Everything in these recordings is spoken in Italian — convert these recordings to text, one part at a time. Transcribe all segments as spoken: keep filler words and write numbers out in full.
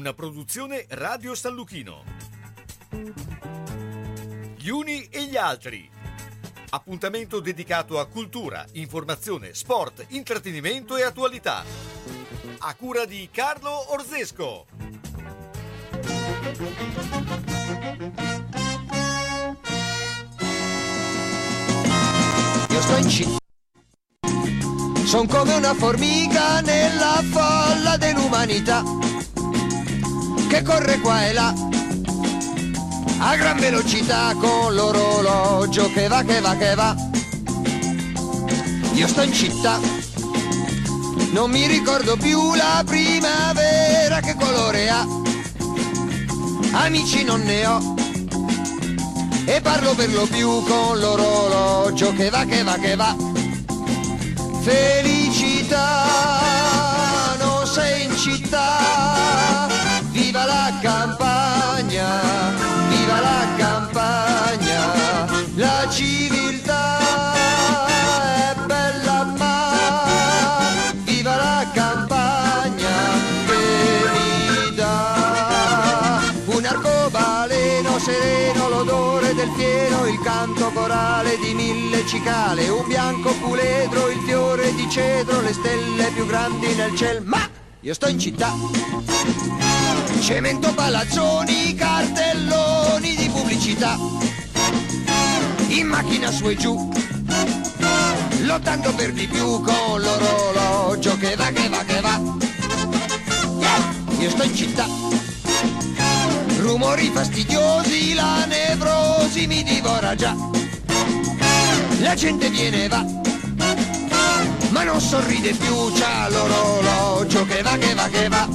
una produzione Radio San Luchino. Gli uni e gli altri. Appuntamento dedicato a cultura, informazione, sport, intrattenimento e attualità. A cura di Carlo Orzesco. Io sto in città, son come una formica nella folla dell'umanità che corre qua e là a gran velocità con l'orologio che va, che va, che va. Io sto in città, non mi ricordo più la primavera che colore ha. Amici non ne ho e parlo per lo più con l'orologio che va, che va, che va. Felicità, non sei in città, viva la campagna, viva la campagna, la civiltà è bella ma viva la campagna che mi dà un arcobaleno sereno, l'odore del fieno, il canto corale di mille cicale, un bianco puledro, il fiore di cedro, le stelle più grandi nel cielo. Ma io sto in città, cemento, palazzoni, cartelloni di pubblicità, in macchina su e giù, lottando per di più con l'orologio che va, che va, che va. Io sto in città, rumori fastidiosi, la nevrosi mi divora già, la gente viene e va, ma non sorride più, c'ha l'orologio che va, che va, che va.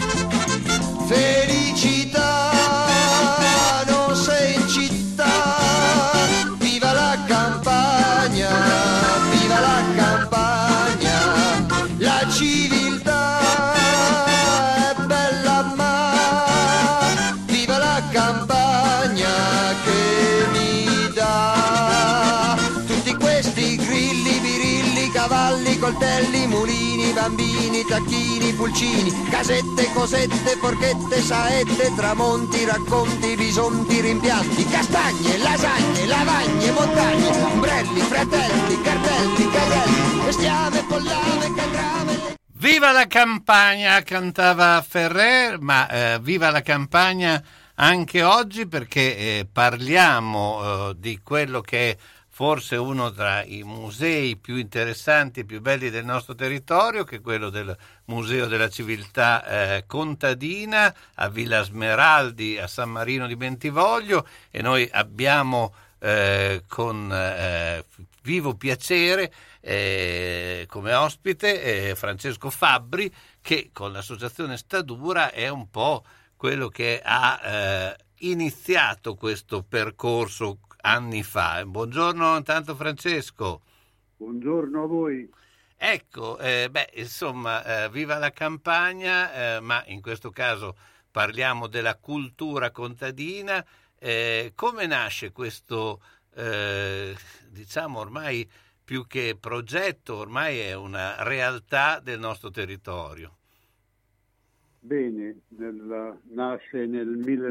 Felicità, non sei in città, viva la campagna, viva la campagna, la civiltà è bella ma viva la campagna che mi dà tutti questi grilli, birilli, cavalli, coltelli, mulini, bambini, tacchini, pulcini, casette, cosette, forchette, saette, tramonti, racconti, bisonti, rimpianti, castagne, lasagne, lavagne, montagne, ombrelli, fratelli, cartelli, caselli, bestiame, pollame, cagrame. Viva la campagna, cantava Ferrer, ma eh, viva la campagna anche oggi perché eh, parliamo eh, di quello che è forse uno tra i musei più interessanti e più belli del nostro territorio, che è quello del Museo della Civiltà eh, Contadina a Villa Smeraldi, a San Marino di Bentivoglio, e noi abbiamo eh, con eh, vivo piacere eh, come ospite eh, Francesco Fabbri, che con l'associazione Stadura è un po' quello che ha eh, iniziato questo percorso anni fa. Buongiorno intanto Francesco. Buongiorno a voi. Ecco, eh, beh, insomma, eh, viva la campagna, eh, ma in questo caso parliamo della cultura contadina. Eh, come nasce questo, eh, diciamo ormai più che progetto, ormai è una realtà del nostro territorio? Bene, nel, nasce nel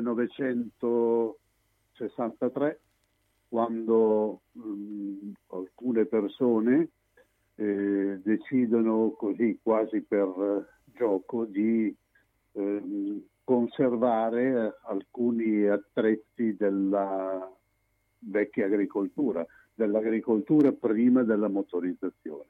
millenovecentosessantatré, quando um, alcune persone eh, decidono così quasi per uh, gioco di eh, conservare uh, alcuni attrezzi della vecchia agricoltura, dell'agricoltura prima della motorizzazione.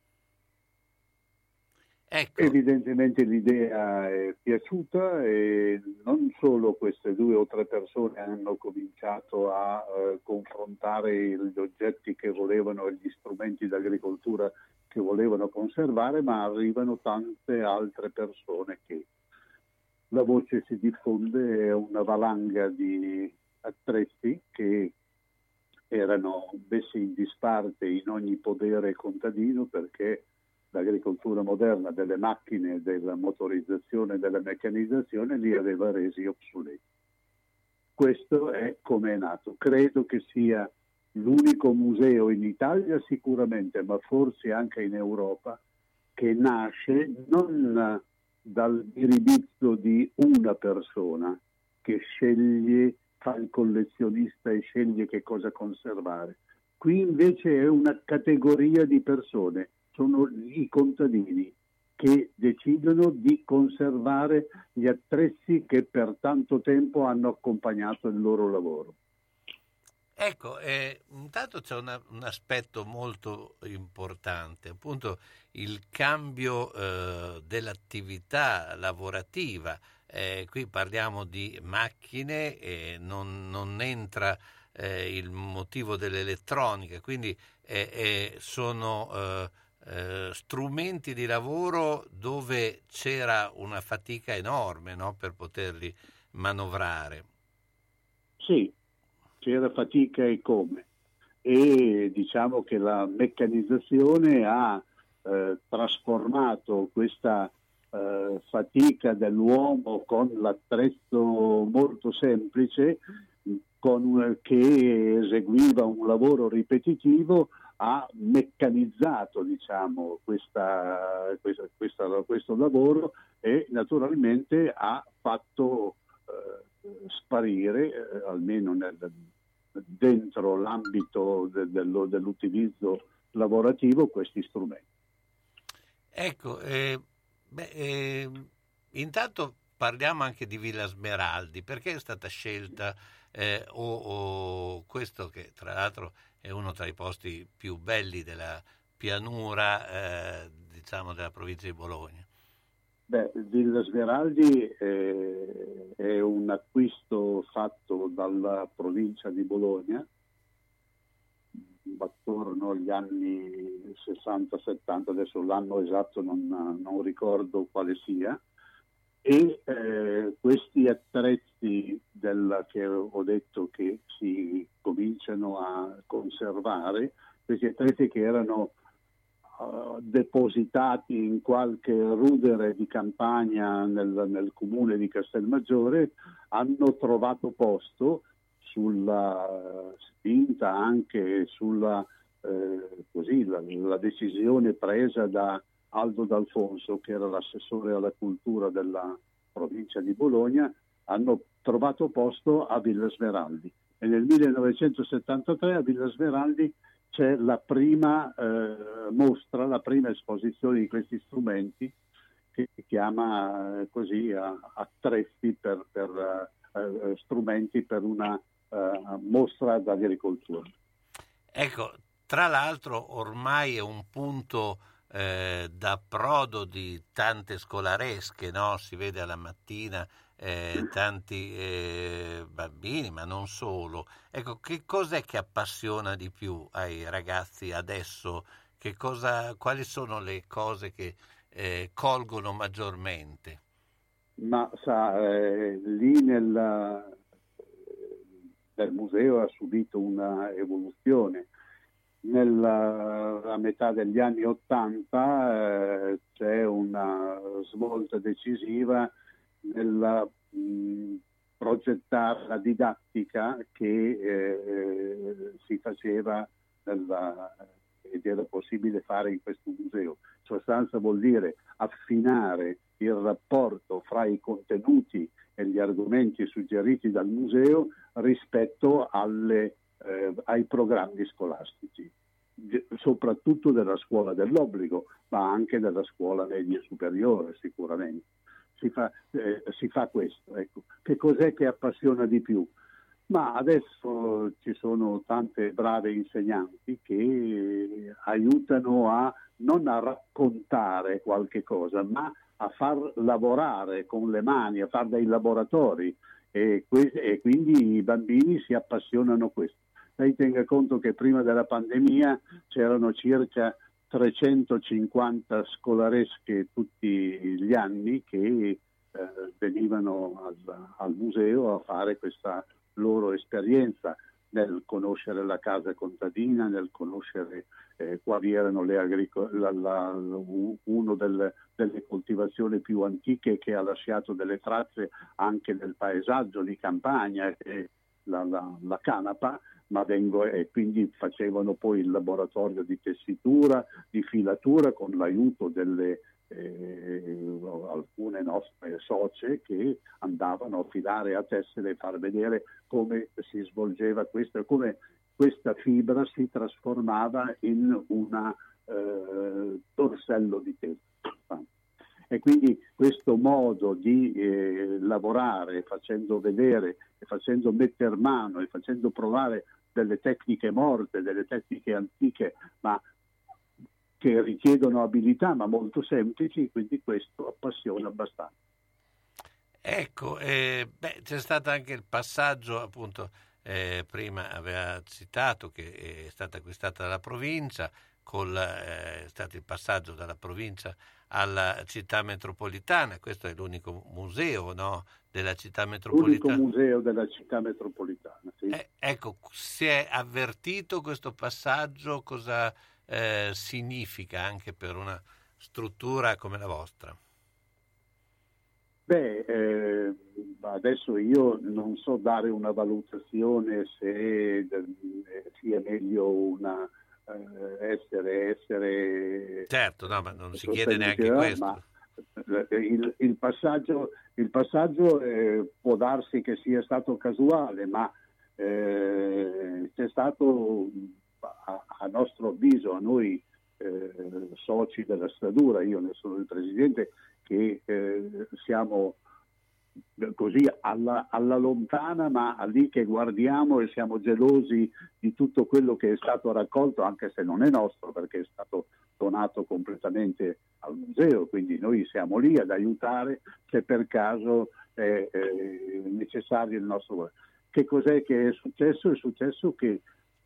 Ecco. Evidentemente l'idea è piaciuta e non solo queste due o tre persone hanno cominciato a eh, confrontare gli oggetti che volevano, gli strumenti d'agricoltura che volevano conservare, ma arrivano tante altre persone che la voce si diffonde, è una valanga di attrezzi che erano messi in disparte in ogni podere contadino, perché l'agricoltura moderna delle macchine, della motorizzazione, della meccanizzazione li aveva resi obsoleti. Questo è come è nato. Credo che sia l'unico museo in Italia sicuramente, ma forse anche in Europa, che nasce non dal diribizzo di una persona che sceglie, fa il collezionista e sceglie che cosa conservare. Qui invece è una categoria di persone, sono i contadini che decidono di conservare gli attrezzi che per tanto tempo hanno accompagnato il loro lavoro. Ecco, eh, intanto c'è una, un aspetto molto importante, appunto il cambio eh, dell'attività lavorativa. Eh, qui parliamo di macchine e non, non entra eh, il motivo dell'elettronica, quindi eh, eh, sono eh, eh, strumenti di lavoro dove c'era una fatica enorme, no, per poterli manovrare. Sì, c'era fatica e come. E diciamo che la meccanizzazione ha eh, trasformato questa eh, fatica dell'uomo con l'attrezzo molto semplice, con, che eseguiva un lavoro ripetitivo, ha meccanizzato diciamo questa, questa, questa, questo lavoro e naturalmente ha fatto eh, sparire, eh, almeno nel, dentro l'ambito de, de, dell'utilizzo lavorativo, questi strumenti. Ecco, eh, beh, eh, intanto parliamo anche di Villa Smeraldi. Perché è stata scelta eh, o, o questo che tra l'altro è uno tra i posti più belli della pianura eh, diciamo della provincia di Bologna? Beh, Villa Smeraldi eh, è un acquisto fatto dalla provincia di Bologna attorno agli anni sessanta settanta, adesso l'anno esatto non, non ricordo quale sia, e eh, questi attrezzi del, che ho detto che si cominciano a conservare, questi attrezzi che erano uh, depositati in qualche rudere di campagna nel, nel comune di Castelmaggiore, hanno trovato posto sulla spinta anche sulla eh, così, la, la decisione presa da Aldo D'Alfonso, che era l'assessore alla cultura della provincia di Bologna, hanno trovato posto a Villa Smeraldi. E nel millenovecentosettantatré a Villa Smeraldi c'è la prima eh, mostra, la prima esposizione di questi strumenti, che si chiama eh, così attrezzi per, per eh, strumenti per una Uh, mostra d'agricoltura. Ecco, tra l'altro ormai è un punto eh, d'approdo di tante scolaresche, no? Si vede alla mattina eh, tanti eh, bambini, ma non solo. Ecco, che cos'è che appassiona di più ai ragazzi adesso? Che cosa, quali sono le cose che eh, colgono maggiormente? Ma sa, eh, lì nel del museo ha subito una evoluzione. Nella a metà degli anni Ottanta eh, c'è una svolta decisiva nel mh, progettare la didattica che eh, si faceva nella, ed era possibile fare in questo museo. In sostanza vuol dire affinare il rapporto fra i contenuti e gli argomenti suggeriti dal museo rispetto alle, eh, ai programmi scolastici, soprattutto della scuola dell'obbligo, ma anche della scuola media superiore sicuramente. Si fa, eh, si fa questo. Ecco. Che cos'è che appassiona di più? Ma adesso ci sono tante brave insegnanti che aiutano a non a raccontare qualche cosa, ma a far lavorare con le mani, a fare dei laboratori, e, que- e quindi i bambini si appassionano a questo. Lei tenga conto che prima della pandemia c'erano circa trecentocinquanta scolaresche tutti gli anni che eh, venivano al, al museo a fare questa loro esperienza nel conoscere la casa contadina, nel conoscere eh, quali erano le agrico- la, la, uno del, delle coltivazioni più antiche che ha lasciato delle tracce anche nel paesaggio di campagna, eh, la, la, la canapa, ma vengo, e quindi facevano poi il laboratorio di tessitura, di filatura con l'aiuto delle eh, c'erano alcune nostre socie che andavano a filare a tessere e far vedere come si svolgeva questo, come questa fibra si trasformava in una eh, torsello di tela. E quindi questo modo di eh, lavorare facendo vedere e facendo metter mano e facendo provare delle tecniche morte, delle tecniche antiche, ma che richiedono abilità, ma molto semplici, quindi questo appassiona abbastanza. Ecco, eh, beh, c'è stato anche il passaggio, appunto, eh, prima aveva citato che è stata acquistata dalla provincia, col, eh, è stato il passaggio dalla provincia alla città metropolitana. Questo è l'unico museo, no, della città metropolitana. L'unico museo della città metropolitana, sì. Eh, ecco, si è avvertito questo passaggio, cosa eh, significa anche per una struttura come la vostra? Beh, eh, adesso io non so dare una valutazione se eh, sia meglio una eh, essere, essere certo, no, ma non si chiede neanche questo. Ma il, il passaggio, il passaggio eh, può darsi che sia stato casuale, ma eh, c'è stato, a, a nostro avviso, a noi eh, soci della Stadura, io ne sono il presidente, che eh, siamo così alla, alla lontana, ma lì che guardiamo e siamo gelosi di tutto quello che è stato raccolto, anche se non è nostro, perché è stato donato completamente al museo, quindi noi siamo lì ad aiutare se per caso è, è necessario il nostro. Che cos'è che è successo? È successo che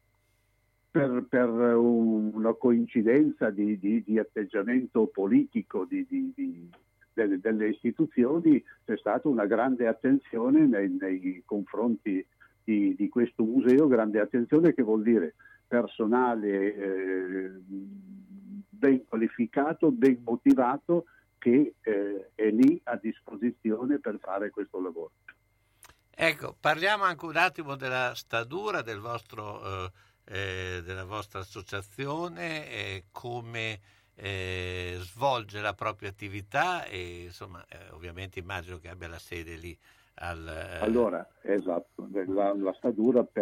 per, per una coincidenza di, di, di atteggiamento politico di, di, di Delle, delle istituzioni, c'è stata una grande attenzione nei, nei confronti di, di questo museo, grande attenzione che vuol dire personale eh, ben qualificato, ben motivato, che eh, è lì a disposizione per fare questo lavoro. Ecco, parliamo anche un attimo della Stadura, del vostro, eh, eh, della vostra associazione, e come Eh, svolge la propria attività e insomma eh, ovviamente immagino che abbia la sede lì al, eh... allora esatto, la, la Stadura per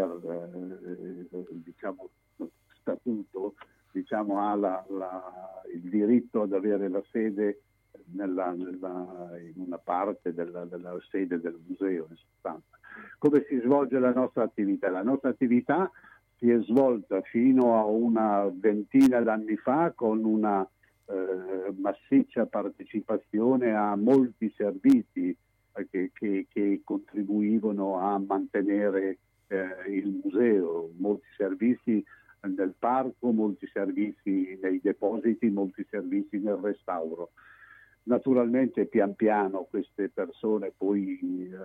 eh, diciamo statuto diciamo ha la, la, il diritto ad avere la sede nella, nella, in una parte della, della sede del museo, in sostanza. Come si svolge la nostra attività? La nostra attività si è svolta fino a una ventina d'anni fa con una eh, massiccia partecipazione a molti servizi eh, che, che, che contribuivano a mantenere eh, il museo, molti servizi nel parco, molti servizi nei depositi, molti servizi nel restauro. Naturalmente pian piano queste persone poi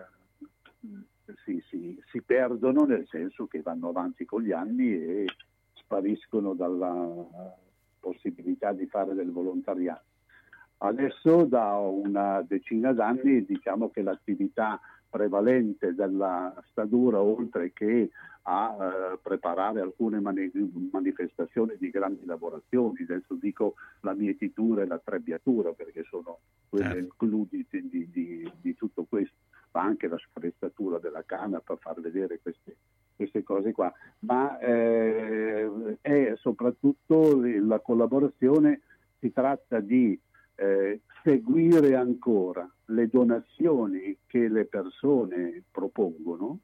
eh, Si, si, si perdono, nel senso che vanno avanti con gli anni e spariscono dalla possibilità di fare del volontariato. Adesso da una decina d'anni diciamo che l'attività prevalente della Stadura, oltre che a eh, preparare alcune mani- manifestazioni di grandi lavorazioni, adesso dico la mietitura e la trebbiatura perché sono quelle includi di, di, di tutto questo, ma anche la sforestatura della canna per far vedere queste, queste cose qua, ma eh, è soprattutto la collaborazione, si tratta di eh, seguire ancora le donazioni che le persone propongono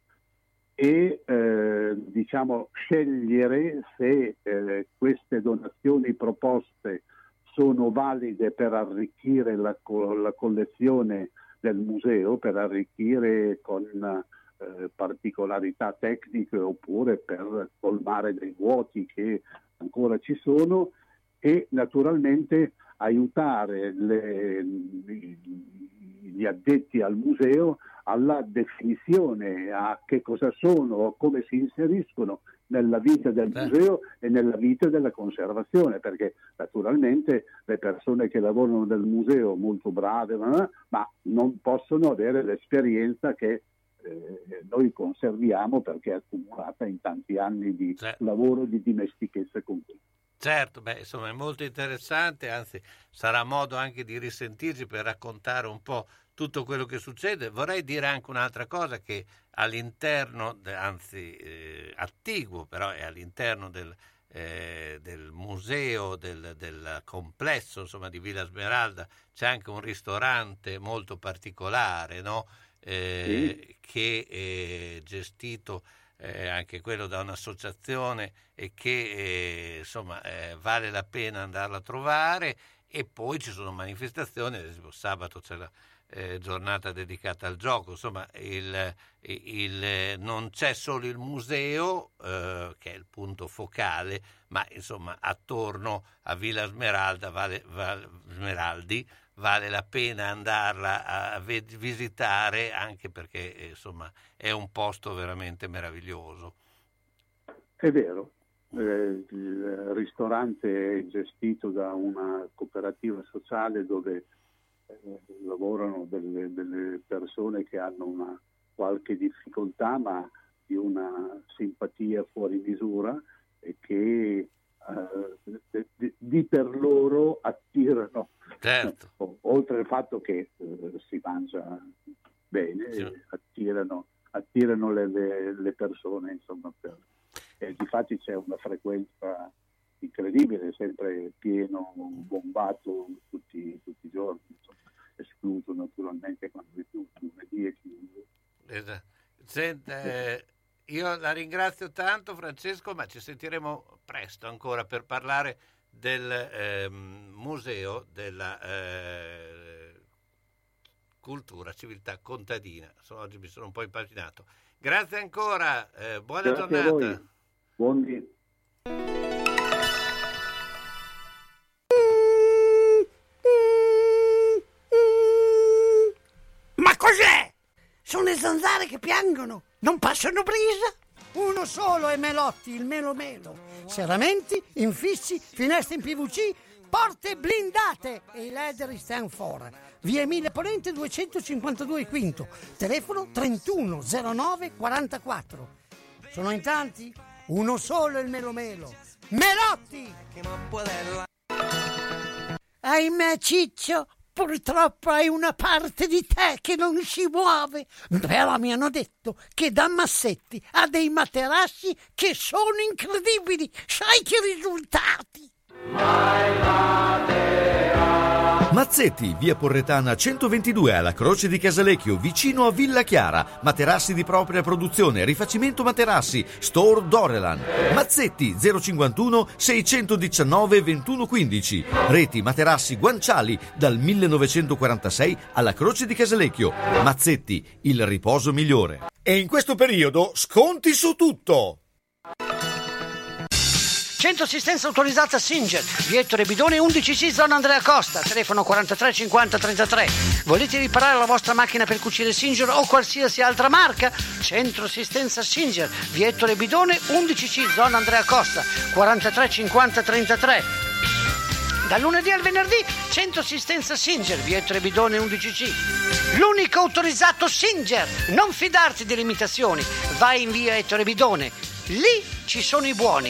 e eh, diciamo scegliere se eh, queste donazioni proposte sono valide per arricchire la, la collezione del museo, per arricchire con eh, particolarità tecniche oppure per colmare dei vuoti che ancora ci sono e naturalmente aiutare le, gli addetti al museo alla definizione, a che cosa sono, come si inseriscono nella vita del museo e nella vita della conservazione, perché naturalmente le persone che lavorano nel museo molto brave, ma non possono avere l'esperienza che eh, noi conserviamo perché è accumulata in tanti anni di lavoro, di dimestichezza con questo. Certo, beh, insomma è molto interessante, anzi sarà modo anche di risentirci per raccontare un po' tutto quello che succede. Vorrei dire anche un'altra cosa, che all'interno, anzi eh, attiguo, però è all'interno del, eh, del museo, del, del complesso insomma, di Villa Smeralda, c'è anche un ristorante molto particolare, no? eh, sì. che è gestito Eh, anche quello da un'associazione e che eh, insomma eh, vale la pena andarla a trovare. E poi ci sono manifestazioni, ad esempio sabato c'è la eh, giornata dedicata al gioco, insomma il, il, non c'è solo il museo eh, che è il punto focale, ma insomma attorno a Villa Smeralda vale, vale, Smeraldi vale la pena andarla a visitare, anche perché insomma è un posto veramente meraviglioso. È vero, eh, il ristorante è gestito da una cooperativa sociale dove eh, lavorano delle, delle persone che hanno una qualche difficoltà, ma di una simpatia fuori misura e che eh, di, di per loro attirano. Certo. Oltre al fatto che eh, si mangia bene, sì. attirano, attirano le, le, le persone, insomma, per, e difatti c'è una frequenza incredibile, sempre pieno, bombato tutti, tutti i giorni, insomma, escluso naturalmente quando è più lunedì e chiuso. Esatto. Senta, eh, io la ringrazio tanto, Francesco, ma ci sentiremo presto ancora per parlare del eh, museo della eh, cultura, civiltà contadina. So, oggi mi sono un po' impaginato. Grazie ancora, eh, buona Grazie giornata. Buon dì. Ma cos'è? Sono le zanzare che piangono, non passano brisa. Uno solo è Melotti, il Melo Melo. Serramenti, infissi, finestre in P V C, porte blindate e i leder stand for. Via Emile Ponente duecentocinquantadue Quinto, telefono trentuno zero nove quarantaquattro. Sono in tanti? Uno solo è il Melo Melo. Melotti! Ahimè Ciccio, purtroppo hai una parte di te che non si muove, però mi hanno detto che da Massetti ha dei materassi che sono incredibili. Sai che risultati? Mazzetti, via Porretana centoventidue alla Croce di Casalecchio, vicino a Villa Chiara. Materassi di propria produzione, rifacimento materassi, Store Dorelan. Mazzetti zero cinquantuno seicentodiciannove ventuno quindici. Reti materassi guanciali dal millenovecentoquarantasei alla Croce di Casalecchio. Mazzetti, il riposo migliore. E in questo periodo sconti su tutto. Centro assistenza autorizzata Singer, via Ettore Bidone undici C, zona Andrea Costa, telefono quarantatré cinquanta trentatré. Volete riparare la vostra macchina per cucire Singer o qualsiasi altra marca? Centro assistenza Singer, via Ettore Bidone undici C, zona Andrea Costa, quarantatré cinquanta trentatré. Dal lunedì al venerdì, centro assistenza Singer, via Ettore Bidone undici C. L'unico autorizzato Singer. Non fidarti delle imitazioni. Vai in via Ettore Bidone. Lì ci sono i buoni.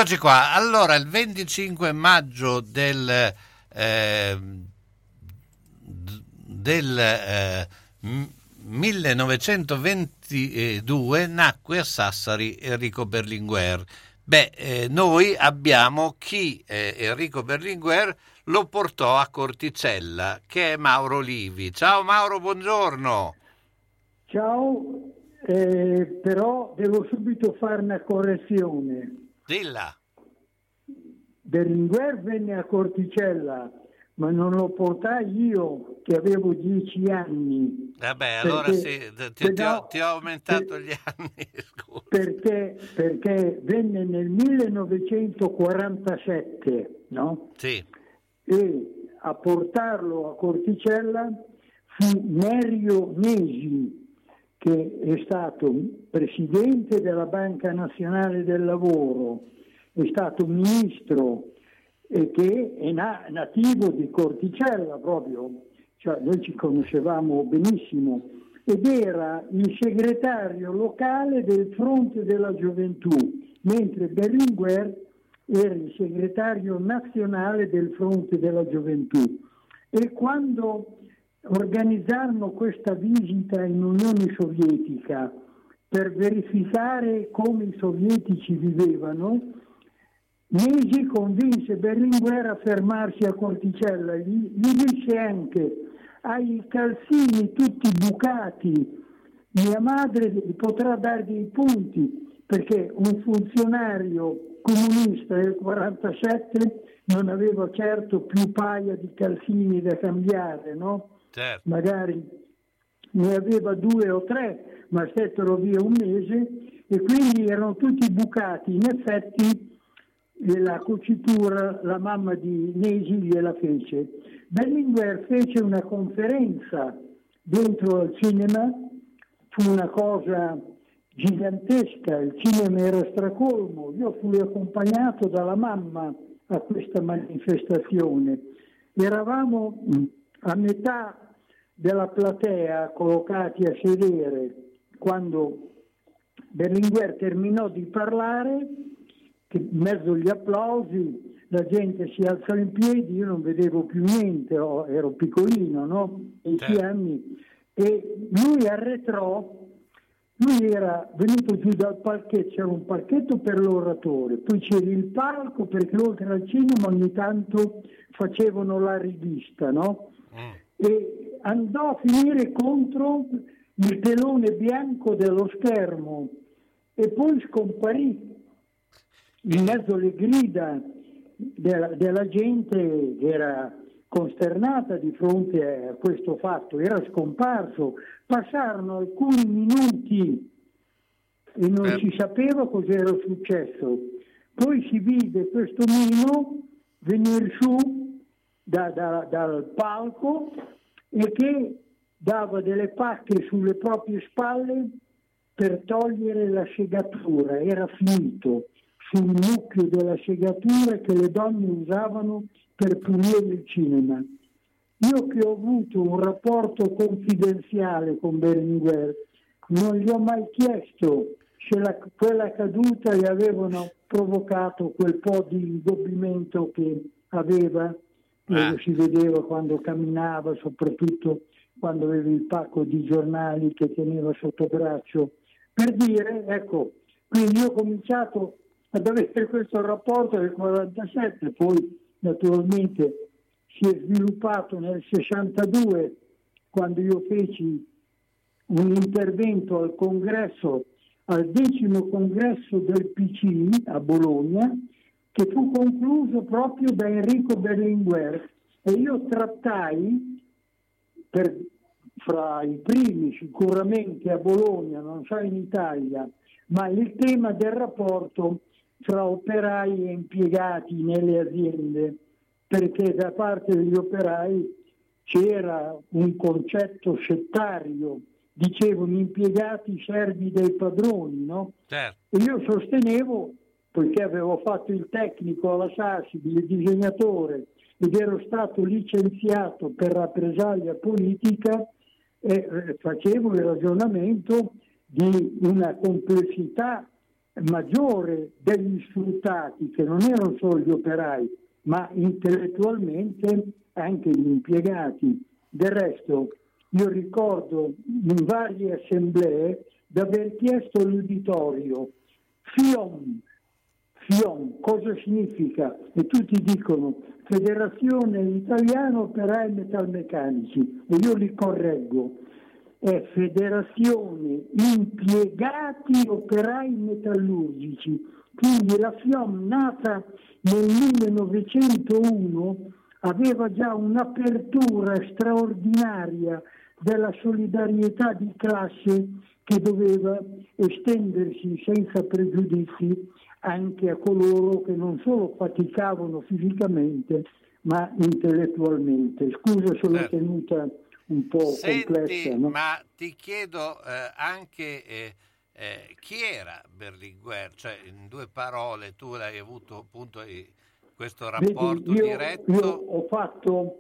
Eccoci qua. Allora, il venticinque maggio del eh, del eh, millenovecentoventidue nacque a Sassari Enrico Berlinguer. Beh, eh, noi abbiamo chi eh, Enrico Berlinguer lo portò a Corticella, che è Mauro Livi. Ciao Mauro, buongiorno. Ciao, eh, però devo subito fare una correzione. Dilla. Berlinguer venne a Corticella, ma non lo portai io che avevo dieci anni. Vabbè, allora sì, ti, ti, no, ho, ti ho aumentato per, gli anni. Scusa. Perché, perché venne nel millenovecentoquarantasette, no? Sì. E a portarlo a Corticella fu Nerio Nesi, che è stato presidente della Banca Nazionale del Lavoro, è stato ministro e che è na- nativo di Corticella proprio, cioè noi ci conoscevamo benissimo, ed era il segretario locale del Fronte della Gioventù, mentre Berlinguer era il segretario nazionale del Fronte della Gioventù. E quando organizzarono questa visita in Unione Sovietica per verificare come i sovietici vivevano, Nesi convinse Berlinguer a fermarsi a Corticella. Gli, gli disse anche: hai i calzini tutti bucati, mia madre potrà dargli dei punti, perché un funzionario comunista del quarantasette non aveva certo più paia di calzini da cambiare, no? Certo. Magari ne aveva due o tre, ma stettero via un mese e quindi erano tutti bucati. In effetti la cucitura la mamma di Nesi gliela fece. Berlinguer fece una conferenza dentro al cinema, fu una cosa gigantesca, il cinema era stracolmo. Io fui accompagnato dalla mamma a questa manifestazione. Eravamo a metà della platea collocati a sedere quando Berlinguer terminò di parlare, che in mezzo agli applausi la gente si alzò in piedi, io non vedevo più niente, ero piccolino, no? dieci anni, e lui arretrò. Lui era venuto giù dal palchetto, c'era un palchetto per l'oratore, poi c'era il palco perché oltre al cinema ogni tanto facevano la rivista, no? Mm. E andò a finire contro il telone bianco dello schermo e poi scomparì in mezzo alle grida della, della gente che era costernata di fronte a questo fatto, era scomparso. Passarono alcuni minuti e non eh. si sapeva cos'era successo. Poi si vide questo mimo venire su da, da, dal palco e che dava delle pacche sulle proprie spalle per togliere la segatura. Era finito sul mucchio della segatura che le donne usavano per pulire il cinema. Io che ho avuto un rapporto confidenziale con Berlinguer, non gli ho mai chiesto se la, quella caduta gli avevano provocato quel po' di ingobbimento che aveva, ah. si vedeva quando camminava, soprattutto quando aveva il pacco di giornali che teneva sotto braccio. Per dire, ecco, quindi io ho cominciato ad avere questo rapporto nel quarantasette, poi naturalmente si è sviluppato nel sessantadue, quando io feci un intervento al congresso, al decimo congresso del P C a Bologna, che fu concluso proprio da Enrico Berlinguer, e io trattai, per, fra i primi sicuramente a Bologna, non so in Italia, ma il tema del rapporto fra operai e impiegati nelle aziende, perché da parte degli operai c'era un concetto settario, dicevano impiegati servi dei padroni, no? Certo. E io sostenevo, poiché avevo fatto il tecnico alla Sassidi, il disegnatore, ed ero stato licenziato per rappresaglia politica, e facevo il ragionamento di una complessità maggiore degli sfruttati, che non erano solo gli operai, ma intellettualmente anche gli impiegati. Del resto, io ricordo in varie assemblee di aver chiesto l'uditorio, FIOM, FIOM, cosa significa? E tutti dicono Federazione Italiana Operai Metalmeccanici, e io li correggo, è Federazione Impiegati Operai Metallurgici. Quindi la FIOM, nata nel millenovecentouno, aveva già un'apertura straordinaria della solidarietà di classe che doveva estendersi senza pregiudizi anche a coloro che non solo faticavano fisicamente ma intellettualmente. Scusa, sono certo. tenuta un po' Senti, complessa, no? Ma ti chiedo eh, anche eh, eh, chi era Berlinguer, cioè in due parole tu hai avuto appunto eh, questo rapporto Vedi, io, diretto. Io ho fatto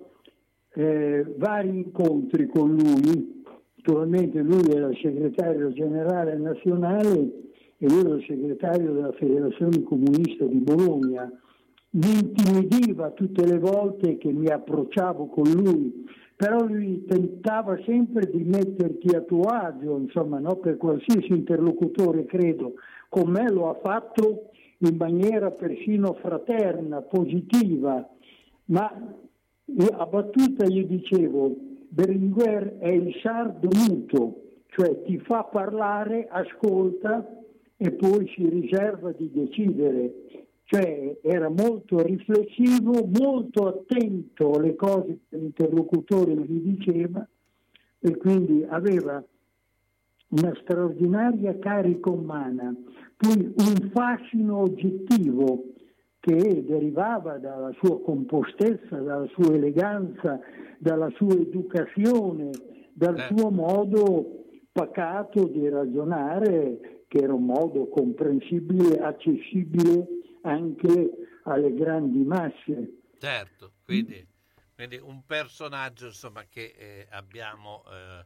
eh, vari incontri con lui. Naturalmente lui era il segretario generale nazionale e io ero il segretario della Federazione Comunista di Bologna. Mi intimidiva tutte le volte che mi approcciavo con lui, però lui tentava sempre di metterti a tuo agio, insomma, no? Per qualsiasi interlocutore, credo. Con me lo ha fatto in maniera persino fraterna, positiva, ma a battuta gli dicevo: Berlinguer è il sardo muto, cioè ti fa parlare, ascolta e poi si riserva di decidere. Cioè era molto riflessivo, molto attento alle cose che l'interlocutore gli diceva, e quindi aveva una straordinaria carica umana, poi un fascino oggettivo che derivava dalla sua compostezza, dalla sua eleganza, dalla sua educazione, dal eh. suo modo pacato di ragionare, che era un modo comprensibile, accessibile anche alle grandi masse. Certo, quindi, quindi un personaggio insomma che eh, abbiamo eh,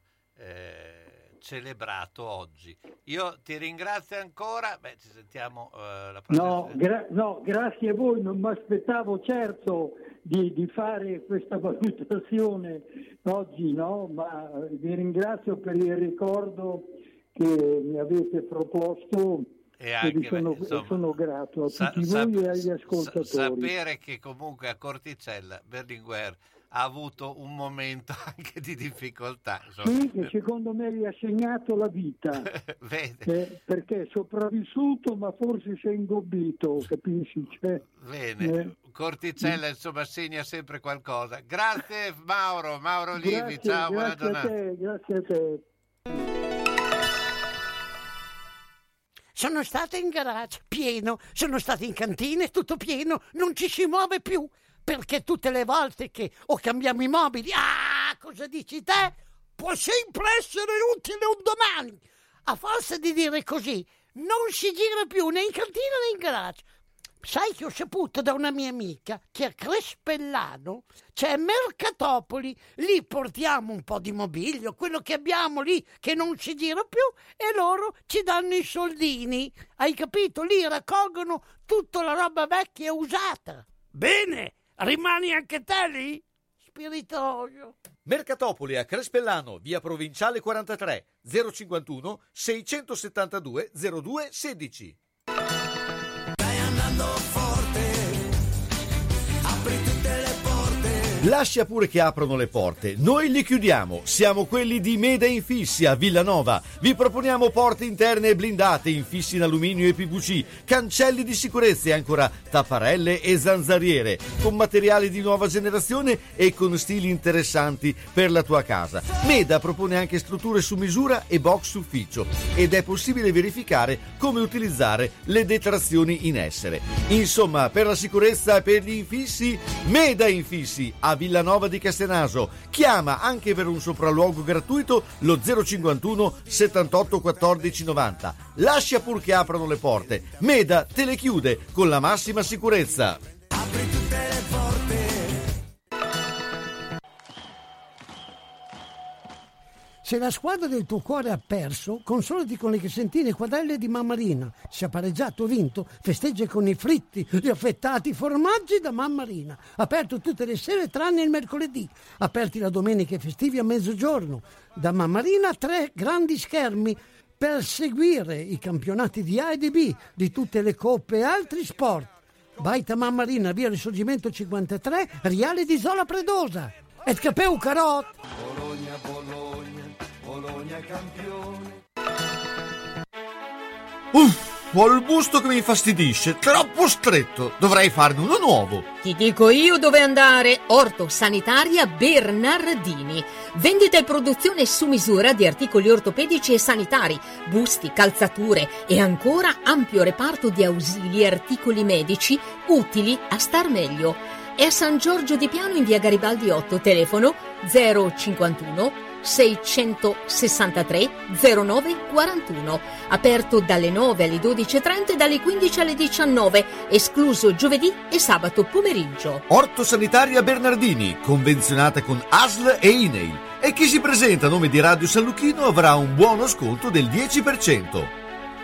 eh, celebrato oggi. Io ti ringrazio ancora, beh, ci sentiamo eh, la prossima. No, gra- no, grazie a voi, non mi aspettavo certo di, di fare questa valutazione oggi, no? Ma vi ringrazio per il ricordo che mi avete proposto. E anche, e sono, beh, insomma, sono grato a sa, tutti sa, voi e agli ascoltatori. Sa, sapere che comunque a Corticella Berlinguer ha avuto un momento anche di difficoltà. Insomma. Sì, che secondo me gli ha segnato la vita. eh, perché è sopravvissuto, ma forse si è ingobbito, capisci? Cioè, Bene, eh, Corticella insomma segna sempre qualcosa. Grazie Mauro, Mauro Livi, grazie, ciao, buona grazie giornata. A te, grazie a te. Sono stata in garage, pieno, sono stata in cantina, tutto pieno, non ci si muove più, perché tutte le volte che o cambiamo i mobili, ah, cosa dici te? Può sempre essere utile un domani. A forza di dire così, non si gira più né in cantina né in garage. Sai che ho saputo da una mia amica che a Crespellano c'è Mercatopoli, lì portiamo un po' di mobilio, quello che abbiamo lì che non si gira più, e loro ci danno i soldini, hai capito? Lì raccolgono tutta la roba vecchia e usata. Bene, rimani anche te lì? Spiritoso. Mercatopoli a Crespellano, via Provinciale quarantatré, zero cinquantuno seicentosettantadue zero due sedici. Lascia pure che aprono le porte, noi li chiudiamo. Siamo quelli di Meda Infissi a Villanova. Vi proponiamo porte interne blindate, infissi in alluminio e P V C, cancelli di sicurezza e ancora tapparelle e zanzariere, con materiali di nuova generazione e con stili interessanti per la tua casa. Meda propone anche strutture su misura e box ufficio, ed è possibile verificare come utilizzare le detrazioni in essere. Insomma, per la sicurezza e per gli infissi, Meda Infissi a Villanova di Castenaso. Chiama anche per un sopralluogo gratuito lo zero cinquantuno settantotto quattordici novanta. Lascia pur che aprano le porte. Meda te le chiude con la massima sicurezza. Apri tutte le porte. Se la squadra del tuo cuore ha perso, consolati con le crescentine quadrelle di Mammarina. Se ha pareggiato o vinto, festeggia con i fritti, gli affettati formaggi da Mammarina. Aperto tutte le sere tranne il mercoledì. Aperti la domenica e festivi a mezzogiorno. Da Mammarina tre grandi schermi per seguire i campionati di A e di B, di tutte le coppe e altri sport. Baita Mammarina, via Risorgimento cinquantatré, Riale di Zola Predosa. Et capeu carot! Bologna, Bologna, Bologna campione. Uff, ho il busto che mi infastidisce, troppo stretto, dovrei farne uno nuovo. Ti dico io dove andare. Orto Sanitaria Bernardini. Vendita e produzione su misura di articoli ortopedici e sanitari, busti, calzature e ancora ampio reparto di ausili e articoli medici utili a star meglio. È a San Giorgio di Piano in via Garibaldi otto, telefono zero cinquantuno seicentosessantatré zero nove quarantuno. Aperto dalle nove alle dodici e trenta e dalle quindici alle diciannove, escluso giovedì e sabato pomeriggio. Orto Sanitaria Bernardini, convenzionata con A S L e I N E I L. E chi si presenta a nome di Radio San Lucchino avrà un buono sconto del dieci per cento.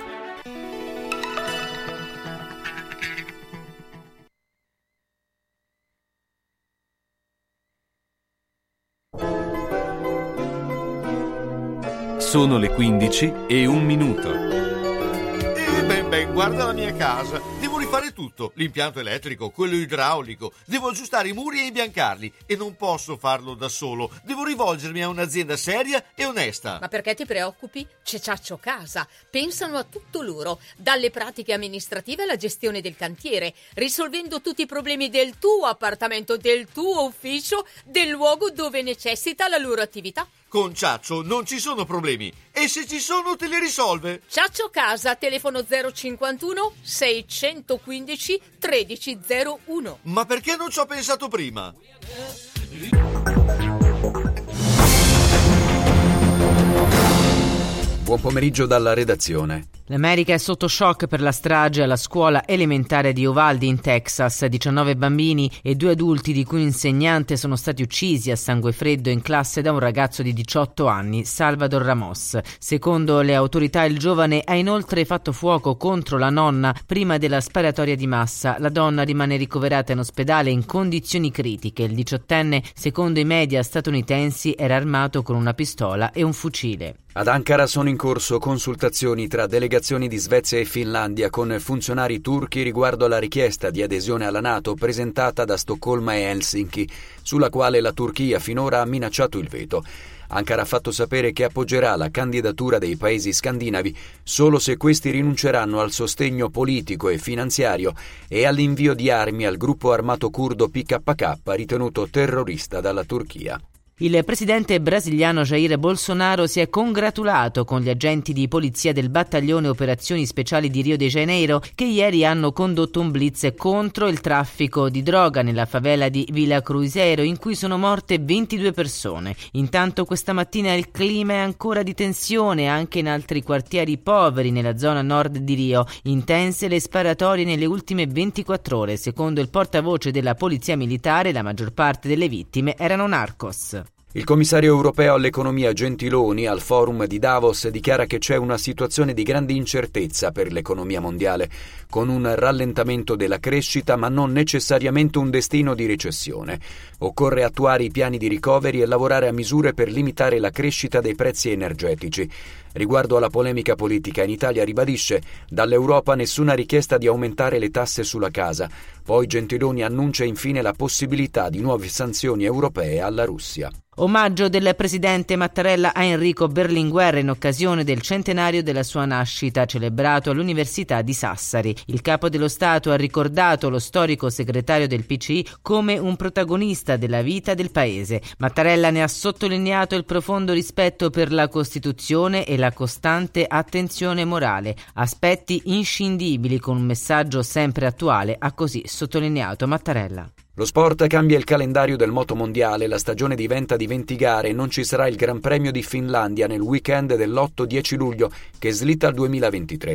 Sono le quindici e un minuto. E ben ben, guarda la mia casa. Devo rifare tutto, l'impianto elettrico, quello idraulico. Devo aggiustare i muri e imbiancarli. E non posso farlo da solo. Devo rivolgermi a un'azienda seria e onesta. Ma perché ti preoccupi? C'è Ciaccio Casa. Pensano a tutto loro, dalle pratiche amministrative alla gestione del cantiere, risolvendo tutti i problemi del tuo appartamento, del tuo ufficio, del luogo dove necessita la loro attività. Con Ciaccio non ci sono problemi e se ci sono te li risolve. Ciaccio Casa, telefono zero cinquantuno seicentoquindici tredici zero uno. Ma perché non ci ho pensato prima? Buon pomeriggio dalla redazione. L'America è sotto shock per la strage alla scuola elementare di Uvalde in Texas. diciannove bambini e due adulti, di cui un insegnante, sono stati uccisi a sangue freddo in classe da un ragazzo di diciotto anni, Salvador Ramos. Secondo le autorità, il giovane ha inoltre fatto fuoco contro la nonna prima della sparatoria di massa. La donna rimane ricoverata in ospedale in condizioni critiche. Il diciottenne, secondo i media statunitensi, era armato con una pistola e un fucile. Ad Ankara sono in corso consultazioni tra delegazioni di Svezia e Finlandia con funzionari turchi riguardo alla richiesta di adesione alla NATO presentata da Stoccolma e Helsinki, sulla quale la Turchia finora ha minacciato il veto. Ankara ha fatto sapere che appoggerà la candidatura dei paesi scandinavi solo se questi rinunceranno al sostegno politico e finanziario e all'invio di armi al gruppo armato curdo P K K, ritenuto terrorista dalla Turchia. Il presidente brasiliano Jair Bolsonaro si è congratulato con gli agenti di polizia del battaglione operazioni speciali di Rio de Janeiro, che ieri hanno condotto un blitz contro il traffico di droga nella favela di Vila Cruzeiro, in cui sono morte ventidue persone. Intanto questa mattina il clima è ancora di tensione anche in altri quartieri poveri nella zona nord di Rio. Intense le sparatorie nelle ultime ventiquattro ore. Secondo il portavoce della polizia militare, la maggior parte delle vittime erano narcos. Il commissario europeo all'economia Gentiloni al forum di Davos dichiara che c'è una situazione di grande incertezza per l'economia mondiale, con un rallentamento della crescita ma non necessariamente un destino di recessione. Occorre attuare i piani di recovery e lavorare a misure per limitare la crescita dei prezzi energetici. Riguardo alla polemica politica in Italia, ribadisce: dall'Europa nessuna richiesta di aumentare le tasse sulla casa. Poi Gentiloni annuncia infine la possibilità di nuove sanzioni europee alla Russia. Omaggio del presidente Mattarella a Enrico Berlinguer in occasione del centenario della sua nascita, celebrato all'Università di Sassari. Il capo dello Stato ha ricordato lo storico segretario del P C I come un protagonista della vita del paese. Mattarella ne ha sottolineato il profondo rispetto per la Costituzione e la costante attenzione morale, aspetti inscindibili con un messaggio sempre attuale, ha così sottolineato Mattarella. Lo sport cambia il calendario del moto mondiale, la stagione diventa di venti gare e non ci sarà il Gran Premio di Finlandia nel weekend dell'otto dieci luglio, che slitta al duemilaventitré.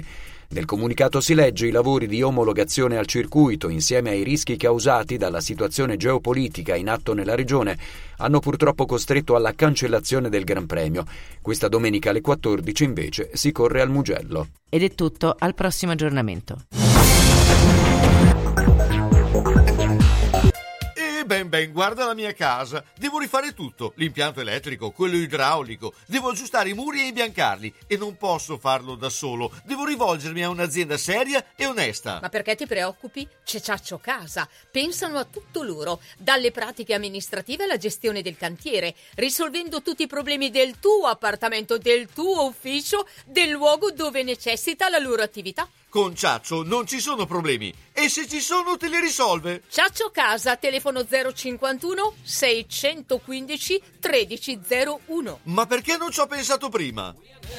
Nel comunicato si legge: i lavori di omologazione al circuito, insieme ai rischi causati dalla situazione geopolitica in atto nella regione, hanno purtroppo costretto alla cancellazione del Gran Premio. Questa domenica alle quattordici invece si corre al Mugello. Ed è tutto, al prossimo aggiornamento. Ben ben, guarda la mia casa. Devo rifare tutto, l'impianto elettrico, quello idraulico. Devo aggiustare i muri e imbiancarli e non posso farlo da solo. Devo rivolgermi a un'azienda seria e onesta. Ma perché ti preoccupi? C'è Ciaccio Casa. Pensano a tutto loro, dalle pratiche amministrative alla gestione del cantiere, risolvendo tutti i problemi del tuo appartamento, del tuo ufficio, del luogo dove necessita la loro attività. Con Ciaccio non ci sono problemi e se ci sono te li risolve. Ciaccio Casa, telefono zero cinquantuno seicentoquindici tredici zero uno. Ma perché non ci ho pensato prima?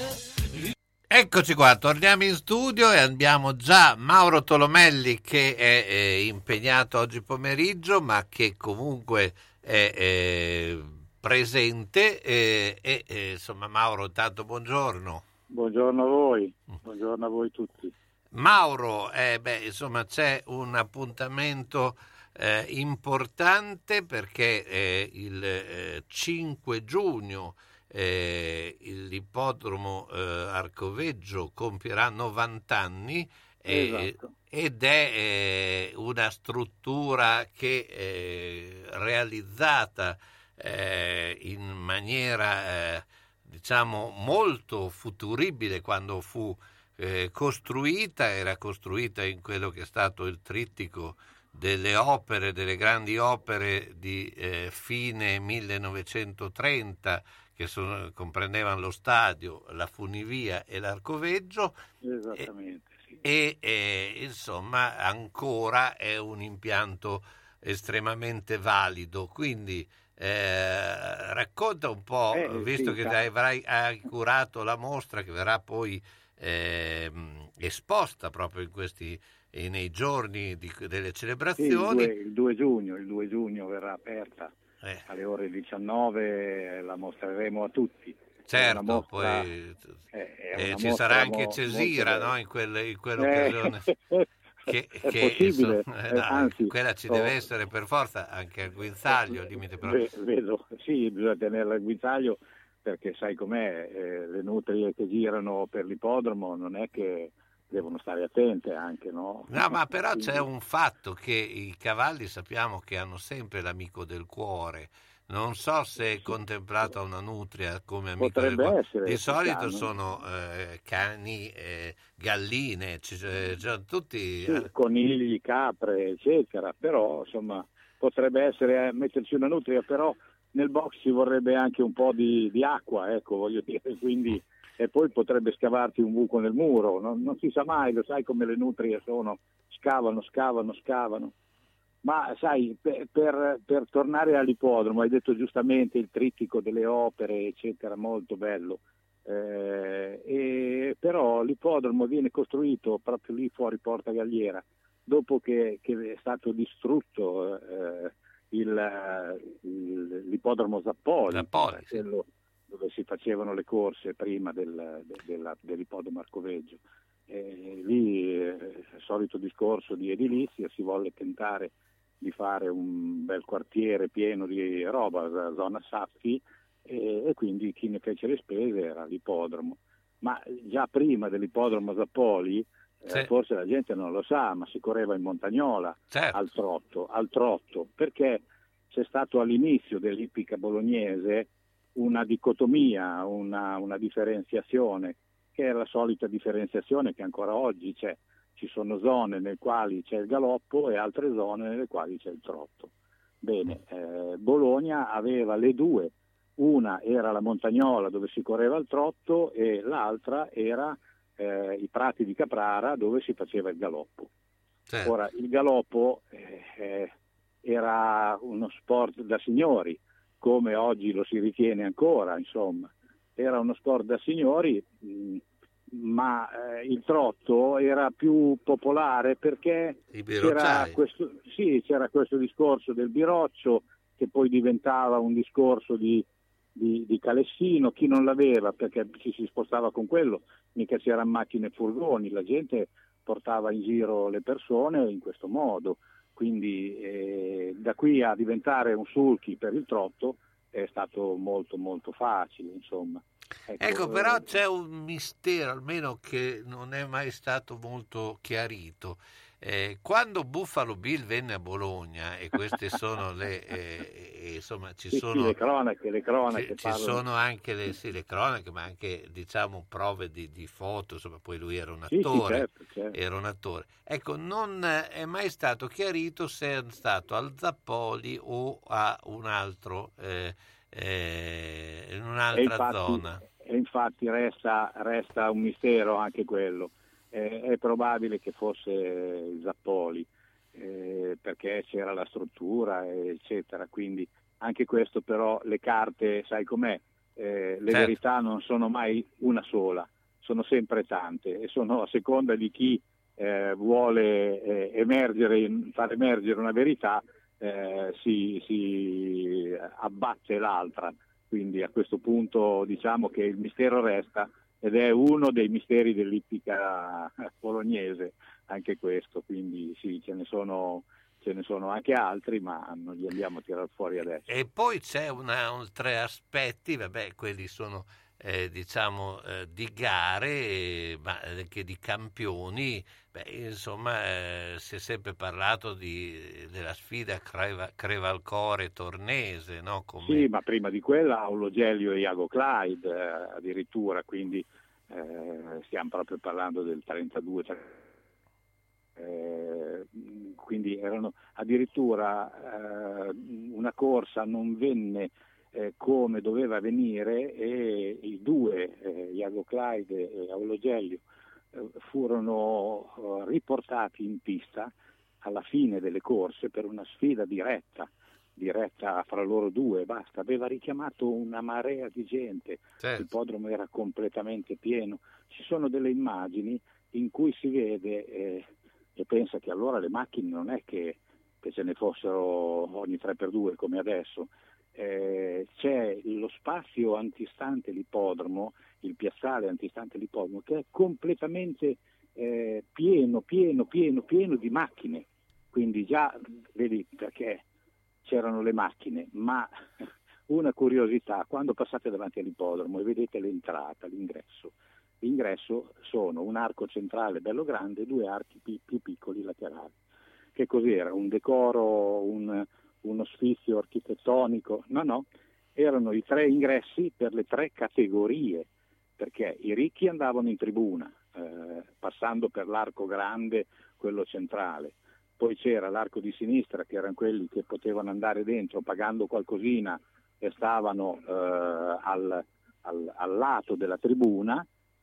Eccoci qua, torniamo in studio e abbiamo già Mauro Tolomelli che è, è impegnato oggi pomeriggio, ma che comunque è, è presente e, e, e insomma Mauro, intanto buongiorno. Buongiorno a voi, buongiorno a voi tutti. Mauro, eh, beh, insomma c'è un appuntamento eh, importante perché eh, il eh, cinque giugno eh, l'ippodromo eh, Arcoveggio compierà novanta anni eh, esatto. ed è eh, una struttura che eh, realizzata eh, in maniera eh, diciamo molto futuribile quando fu Eh, costruita, era costruita in quello che è stato il trittico delle opere, delle grandi opere di eh, fine millenovecentotrenta che sono, comprendevano lo stadio, la funivia e l'Arcoveggio. Esattamente, sì. E eh, insomma ancora è un impianto estremamente valido, quindi eh, racconta un po', eh, visto sì, che avrai hai curato la mostra che verrà poi Eh, esposta proprio in questi eh, nei giorni di, delle celebrazioni. Sì, il, due, il due giugno il due giugno verrà aperta eh. alle ore diciannove, la mostreremo a tutti. Certo, mostra, poi è, è eh, ci sarà anche mo, Cesira, no? in, quelle, in quell'occasione eh, che, è che possibile, insomma, eh, no, anzi, quella ci oh, deve essere per forza anche al guinzaglio, al limite però. Vedo, sì, bisogna tenerla al guinzaglio, perché sai com'è, eh, le nutrie che girano per l'ippodromo non è che devono stare attente anche, no? No, ma però Quindi... c'è un fatto che i cavalli sappiamo che hanno sempre l'amico del cuore. Non so se è contemplata una nutria come amico Potrebbe del cuore. essere, Di solito cano. sono eh, cani, eh, galline, ci, eh, cioè, tutti... Sì, conigli, capre, eccetera, però insomma potrebbe essere eh, metterci una nutria, però nel box ci vorrebbe anche un po' di, di acqua, ecco, voglio dire, quindi e poi potrebbe scavarti un buco nel muro, non, non si sa mai, lo sai come le nutrie sono, scavano, scavano, scavano. Ma sai, per, per, per tornare all'ippodromo, hai detto giustamente il trittico delle opere, eccetera, molto bello, eh, e però l'ippodromo viene costruito proprio lì fuori Porta Galliera, dopo che, che è stato distrutto eh, Il, il, l'ippodromo Zappoli, Zappoli sì. Quello dove si facevano le corse prima del, de, della, dell'ippodromo Arcoveggio. E lì eh, il solito discorso di edilizia, si volle tentare di fare un bel quartiere pieno di roba, la zona Saffi, e, e quindi chi ne fece le spese era l'ippodromo. Ma già prima dell'ippodromo Zappoli, sì. Eh, forse la gente non lo sa, ma si correva in Montagnola, certo. al trotto, al trotto, perché c'è stato all'inizio dell'ippica bolognese una dicotomia, una, una differenziazione, che è la solita differenziazione che ancora oggi c'è. Ci sono zone nelle quali c'è il galoppo e altre zone nelle quali c'è il trotto. Bene, eh, Bologna aveva le due, una era la Montagnola dove si correva il trotto e l'altra era Eh, i prati di Caprara dove si faceva il galoppo. Certo. Ora, il galoppo eh, era uno sport da signori, come oggi lo si ritiene ancora, insomma. Era uno sport da signori, mh, ma eh, il trotto era più popolare perché c'era questo, sì, c'era questo discorso del biroccio che poi diventava un discorso di di, di calessino, chi non l'aveva perché ci si spostava con quello, mica c'erano macchine e furgoni, la gente portava in giro le persone in questo modo, quindi eh, da qui a diventare un sulky per il trotto è stato molto molto facile, insomma. Ecco, ecco però eh, c'è un mistero almeno che non è mai stato molto chiarito. Eh, quando Buffalo Bill venne a Bologna, e queste sono le eh, eh, insomma ci sì, sono sì, le cronache, le cronache ci, ci sono anche le, sì, le cronache, ma anche diciamo prove di, di foto, insomma poi lui era un attore, sì, sì, certo, certo. era un attore. Ecco, non è mai stato chiarito se è stato al Zappoli o a un altro eh, eh, in un'altra e infatti, zona. E infatti resta, resta un mistero anche quello. Eh, è probabile che fosse Zappoli, eh, perché c'era la struttura, eccetera. Quindi anche questo però, le carte, sai com'è, eh, le certo. verità non sono mai una sola, sono sempre tante e sono a seconda di chi eh, vuole eh, emergere, far emergere una verità, eh, si, si abbatte l'altra. Quindi a questo punto diciamo che il mistero resta, ed è uno dei misteri dell'ippica bolognese, anche questo, quindi sì, ce ne sono, ce ne sono anche altri, ma non li andiamo a tirare fuori adesso. E poi c'è una, un, tre aspetti, vabbè, quelli sono eh, diciamo eh, di gare, eh, ma anche di campioni. Beh, insomma, eh, si è sempre parlato di, della sfida Creva, Crevalcore-Tornese, no? Come... Sì, ma prima di quella Aulogelio e Iago Clyde eh, addirittura, quindi eh, stiamo proprio parlando del trentadue. Eh, quindi erano addirittura eh, una corsa non venne eh, come doveva venire e i due, eh, Iago Clyde e Aulogelio, furono uh, riportati in pista alla fine delle corse per una sfida diretta, diretta fra loro due, basta, aveva richiamato una marea di gente, certo. L'ippodromo era completamente pieno, ci sono delle immagini in cui si vede eh, e pensa che allora le macchine non è che, che ce ne fossero ogni tre per due come adesso, eh, c'è lo spazio antistante l'ippodromo, il piazzale antistante l'ippodromo, che è completamente eh, pieno, pieno, pieno, pieno di macchine. Quindi già, vedi perché c'erano le macchine, ma una curiosità, quando passate davanti all'ippodromo e vedete l'entrata, l'ingresso, l'ingresso sono un arco centrale bello grande e due archi più, più piccoli laterali. Che cos'era? Un decoro, un, uno sfizio architettonico? No, no, erano i tre ingressi per le tre categorie, perché i ricchi andavano in tribuna, eh, passando per l'arco grande, quello centrale. Poi c'era l'arco di sinistra, che erano quelli che potevano andare dentro pagando qualcosina e stavano eh, al, al, al lato della tribuna,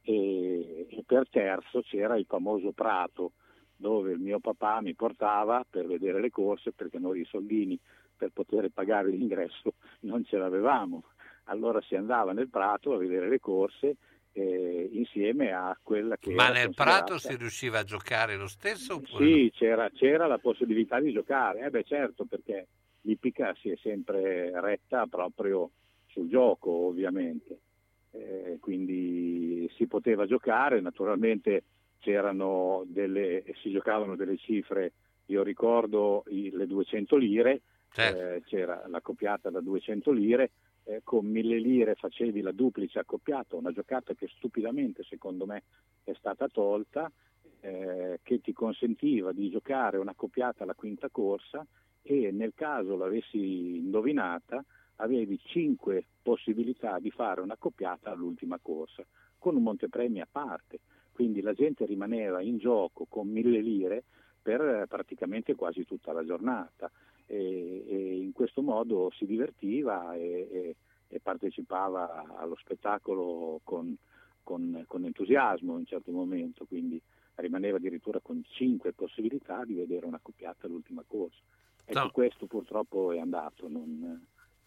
e, e per terzo c'era il famoso prato, dove il mio papà mi portava per vedere le corse, perché noi i soldini per poter pagare l'ingresso non ce l'avevamo. Allora si andava nel prato a vedere le corse eh, insieme a quella che Ma era nel prato si riusciva a giocare lo stesso? Oppure sì, no? c'era, c'era la possibilità di giocare, eh beh certo, perché l'ippica si è sempre retta proprio sul gioco, ovviamente, eh, quindi si poteva giocare, naturalmente c'erano delle, si giocavano delle cifre, io ricordo i, le duecento lire, certo. eh, c'era l'accoppiata da duecento lire, eh, con mille lire facevi la duplice accoppiata, una giocata che stupidamente secondo me è stata tolta, eh, che ti consentiva di giocare una accoppiata alla quinta corsa e nel caso l'avessi indovinata avevi cinque possibilità di fare una accoppiata all'ultima corsa, con un montepremi a parte. Quindi la gente rimaneva in gioco con mille lire per praticamente quasi tutta la giornata e, e in questo modo si divertiva e, e, e partecipava allo spettacolo con, con, con entusiasmo in un certo momento, quindi rimaneva addirittura con cinque possibilità di vedere una accoppiata all'ultima corsa. Ecco, no. Questo purtroppo è andato, non,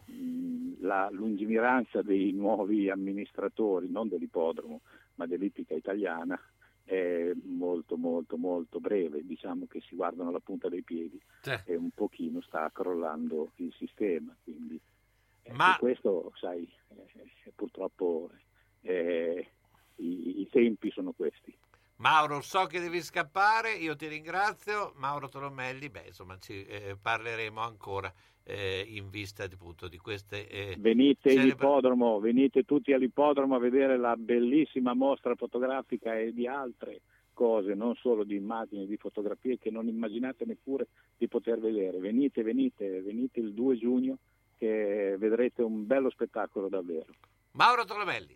mh, la lungimiranza dei nuovi amministratori, non dell'ippodromo, ma dell'ippica italiana, è molto molto molto breve, diciamo che si guardano la punta dei piedi, certo. E un pochino sta crollando il sistema, quindi Ma... E questo, sai, eh, purtroppo eh, i, i tempi sono questi. Mauro, so che devi scappare, io ti ringrazio. Mauro Tolomelli, beh, insomma, ci eh, parleremo ancora eh, in vista appunto di queste... Eh, venite celebra- all'ippodromo, venite tutti all'ippodromo a vedere la bellissima mostra fotografica e di altre cose, non solo di immagini, di fotografie che non immaginate neppure di poter vedere. Venite, venite, venite il due giugno che vedrete un bello spettacolo davvero. Mauro Tolomelli.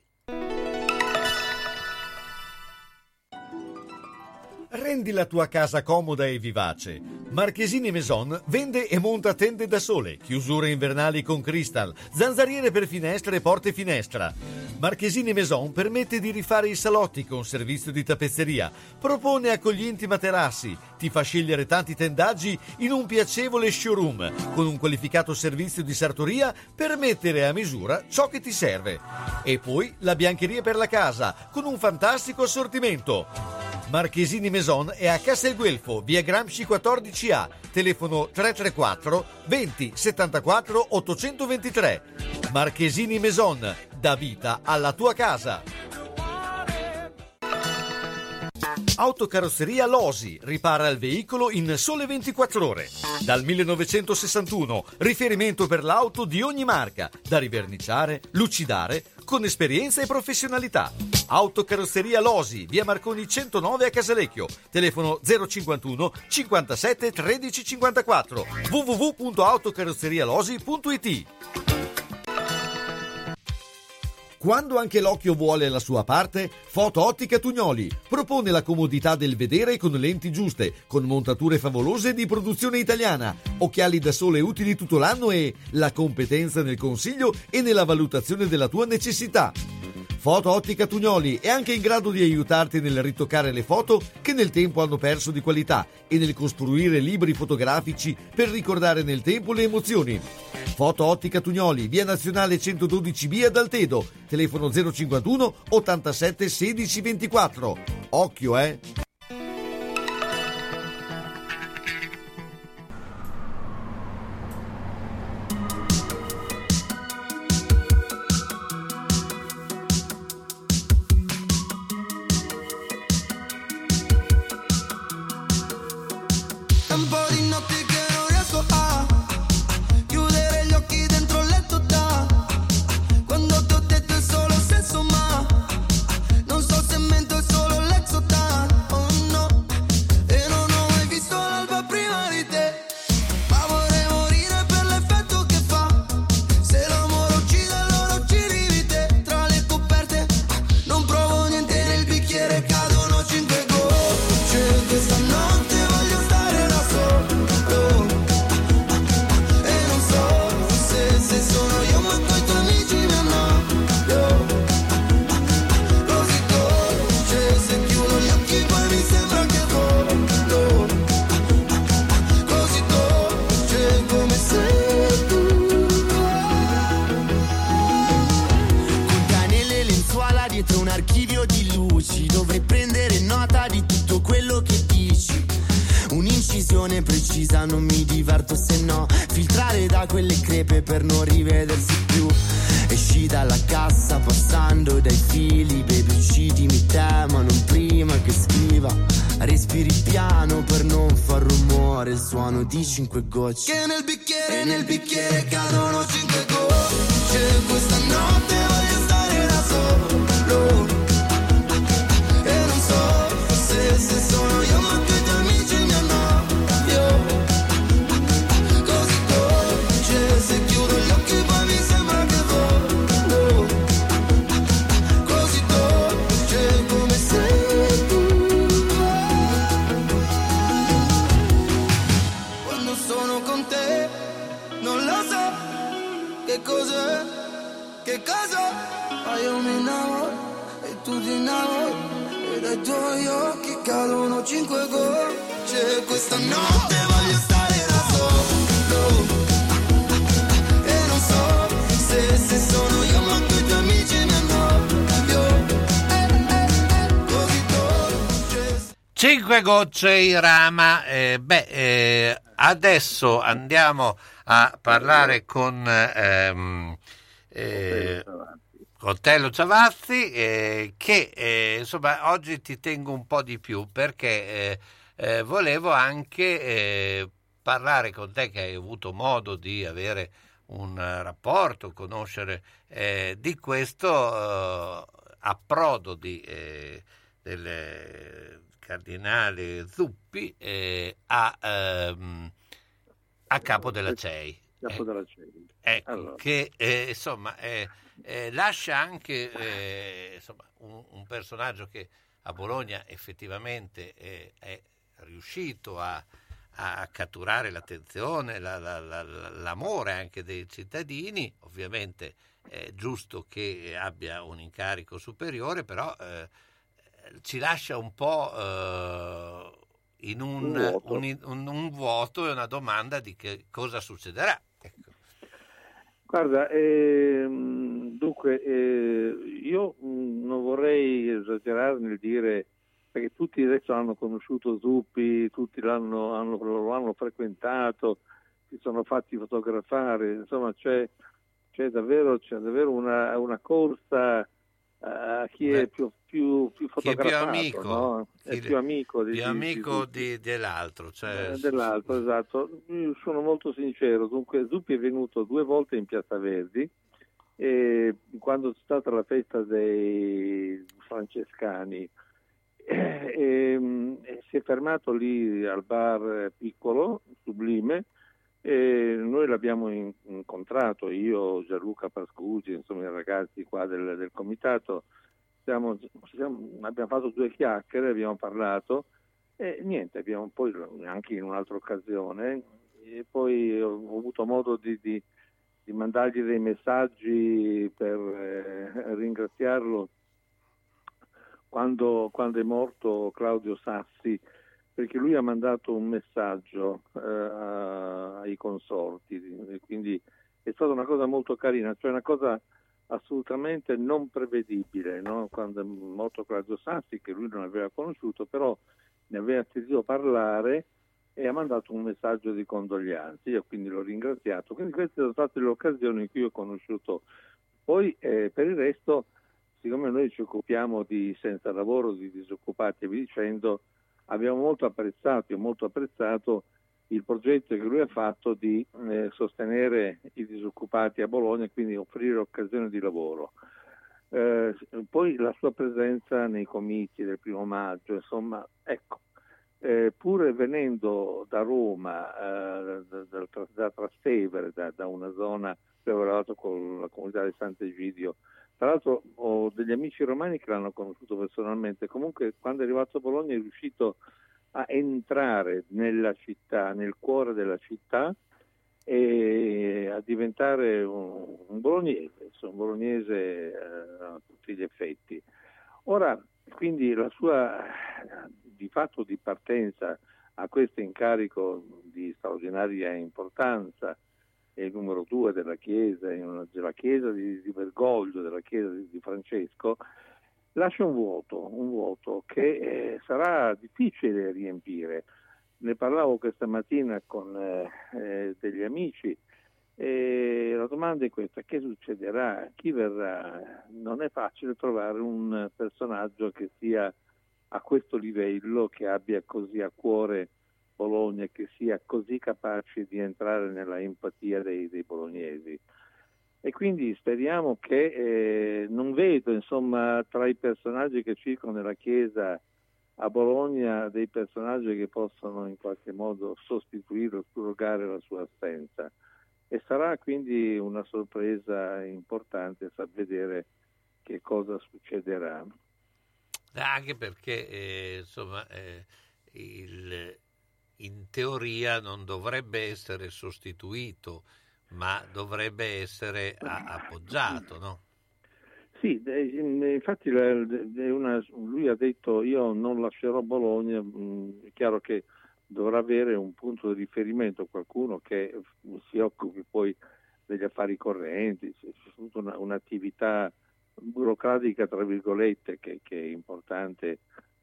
Rendi la tua casa comoda e vivace. Marchesini Maison vende e monta tende da sole, chiusure invernali con crystal, zanzariere per finestre e porte finestra. Marchesini Maison permette di rifare i salotti con servizio di tappezzeria, propone accoglienti materassi, ti fa scegliere tanti tendaggi in un piacevole showroom, con un qualificato servizio di sartoria per mettere a misura ciò che ti serve. E poi la biancheria per la casa, con un fantastico assortimento. Marchesini Maison è a Castelguelfo, via Gramsci quattordici A, telefono tre tre quattro venti settantaquattro ottocentoventitré. Marchesini Maison, dà vita alla tua casa. Autocarrozzeria Losi ripara il veicolo in sole ventiquattro ore. Dal millenovecentosessantuno, riferimento per l'auto di ogni marca, da riverniciare, lucidare, con esperienza e professionalità. Autocarrozzeria Losi, via Marconi centonove a Casalecchio, telefono zero cinquantuno cinquantasette tredici cinquantaquattro, w w w punto autocarrozzerialosi punto i t. Quando anche l'occhio vuole la sua parte, Foto Ottica Tugnoli propone la comodità del vedere con lenti giuste, con montature favolose di produzione italiana, occhiali da sole utili tutto l'anno e la competenza nel consiglio e nella valutazione della tua necessità. Foto Ottica Tugnoli è anche in grado di aiutarti nel ritoccare le foto che nel tempo hanno perso di qualità e nel costruire libri fotografici per ricordare nel tempo le emozioni. Foto Ottica Tugnoli, via Nazionale centododici B ad Altedo, telefono zero cinquantuno ottantasette sedici ventiquattro. Occhio, eh! Un po' di notti che non riesco a chiudere gli occhi dentro il letto da quando ti ho detto è solo sesso, ma non so se mento, è solo l'exotan. Oh no, e non ho mai visto l'alba prima di te, ma vorrei morire per l'effetto che fa. Se l'amore uccide allora uccidi di te. Tra le coperte non provo niente, nel bicchiere cadono cinque gocce. Questa notte voglio stare da solo e non so se, se sono io ma coi tuoi amici mi annoio. Così dolce, se chiudo gli occhi poi mi sembra che volo. Così dolce come sei tu, con canele e lenzuola dietro un archivio di luci. Dovrei prendere nota di tutto quello che dici. Un'incisione precisa, non mi diverto se no. Filtrare da quelle crepe per non rivedersi più. Esci dalla cassa passando dai fili. Baby uccidimi te ma non prima che scriva. Respiri piano per non far rumore. Il suono di cinque gocce che nel bicchiere, nel bicchiere cadono cinque gocce. Questa notte voglio stare da solo e non so se, se sono io ma coi tuoi amici mi annoio. Così dolce, se chiudo gli occhi poi mi sembra che volo. Così dolce come sei tu. Quando sono con te non lo so che cos'è, che cosa. Ma io mi innamoro e tu ti innamori e dai tuoi occhi cadono cinque gocce. Questa notte voglio stare da solo e non so se, se sono io ma coi tuoi amici mi annoio. Eh, eh, eh, così dolce. Cinque gocce Irama. Eh, beh, eh, adesso andiamo a parlare con ehm, eh, Coltello Ciavazzi, eh, che eh, insomma oggi ti tengo un po' di più perché eh, eh, volevo anche eh, parlare con te, che hai avuto modo di avere un rapporto, conoscere eh, di questo eh, approdo di, eh, del cardinale Zuppi eh, a, ehm, a capo della C E I. Capo della C E I. Ecco, Allora. che eh, insomma eh, eh, lascia anche eh, insomma, un, un personaggio che a Bologna effettivamente eh, è riuscito a, a catturare l'attenzione, la, la, la, l'amore anche dei cittadini. Ovviamente è giusto che abbia un incarico superiore, però eh, ci lascia un po' eh, in un, Un vuoto. un, un, un vuoto e una domanda di che cosa succederà. Ecco. Guarda, ehm, dunque, eh, io mh, non vorrei esagerare nel dire, perché tutti adesso hanno conosciuto Zuppi, tutti l'hanno, hanno, lo hanno frequentato, si sono fatti fotografare, insomma c'è, c'è davvero, c'è davvero una, una corsa a chi è più, più, più Chi è più fotografato, amico, no? È chi- più amico, di, più di- amico di- di- dell'altro. Cioè, eh, dell'altro, esatto. Io sono molto sincero, dunque Zuppi è venuto due volte in Piazza Verdi e quando c'è stata la festa dei francescani eh, e, e si è fermato lì al bar piccolo, Sublime, e noi l'abbiamo in- incontrato, io, Gianluca Pascucci, insomma i ragazzi qua del, del comitato, siamo, siamo- abbiamo fatto due chiacchiere, abbiamo parlato e niente, abbiamo poi anche in un'altra occasione e poi ho, ho avuto modo di, di- di mandargli dei messaggi per eh, ringraziarlo quando, quando è morto Claudio Sassi, perché lui ha mandato un messaggio eh, a- ai consorti, e quindi è stata una cosa molto carina, cioè una cosa assolutamente non prevedibile, no? Quando è morto Claudio Sassi, che lui non aveva conosciuto, però ne aveva sentito parlare e ha mandato un messaggio di condoglianze, io quindi l'ho ringraziato, quindi queste sono state le occasioni in cui ho conosciuto. Poi eh, per il resto, siccome noi ci occupiamo di senza lavoro, di disoccupati e via dicendo, abbiamo molto apprezzato, io ho molto apprezzato il progetto che lui ha fatto di eh, sostenere i disoccupati a Bologna e quindi offrire occasioni di lavoro. Eh, poi la sua presenza nei comizi del primo maggio, insomma, ecco, eh, pur venendo da Roma, eh, da, da, da Trastevere, da, da una zona dove ho lavorato con la comunità di Sant'Egidio. Tra l'altro ho degli amici romani che l'hanno conosciuto personalmente, comunque quando è arrivato a Bologna è riuscito a entrare nella città, nel cuore della città e a diventare un, un bolognese, un bolognese eh, a tutti gli effetti. Ora, quindi la sua di fatto di partenza a questo incarico di straordinaria importanza, è il numero due della Chiesa, in una- della Chiesa di, di Bergoglio, della Chiesa di, di Francesco, lascia un vuoto, un vuoto che eh, sarà difficile riempire. Ne parlavo questa mattina con eh, eh, degli amici e la domanda è questa: che succederà? Chi verrà? Non è facile trovare un personaggio che sia a questo livello, che abbia così a cuore Bologna, che sia così capace di entrare nella empatia dei, dei bolognesi. E quindi speriamo che eh, non vedo, insomma, tra i personaggi che circolano nella Chiesa a Bologna dei personaggi che possono in qualche modo sostituire o surrogare la sua assenza. E sarà quindi una sorpresa importante sa vedere che cosa succederà. Anche perché eh, insomma eh, il, in teoria non dovrebbe essere sostituito, ma dovrebbe essere a- appoggiato, no? Sì, eh, infatti la- è una- lui ha detto io non lascerò Bologna, mh, è chiaro che dovrà avere un punto di riferimento, qualcuno che si occupi poi degli affari correnti, c'è tutta una, un'attività burocratica tra virgolette che, che è importante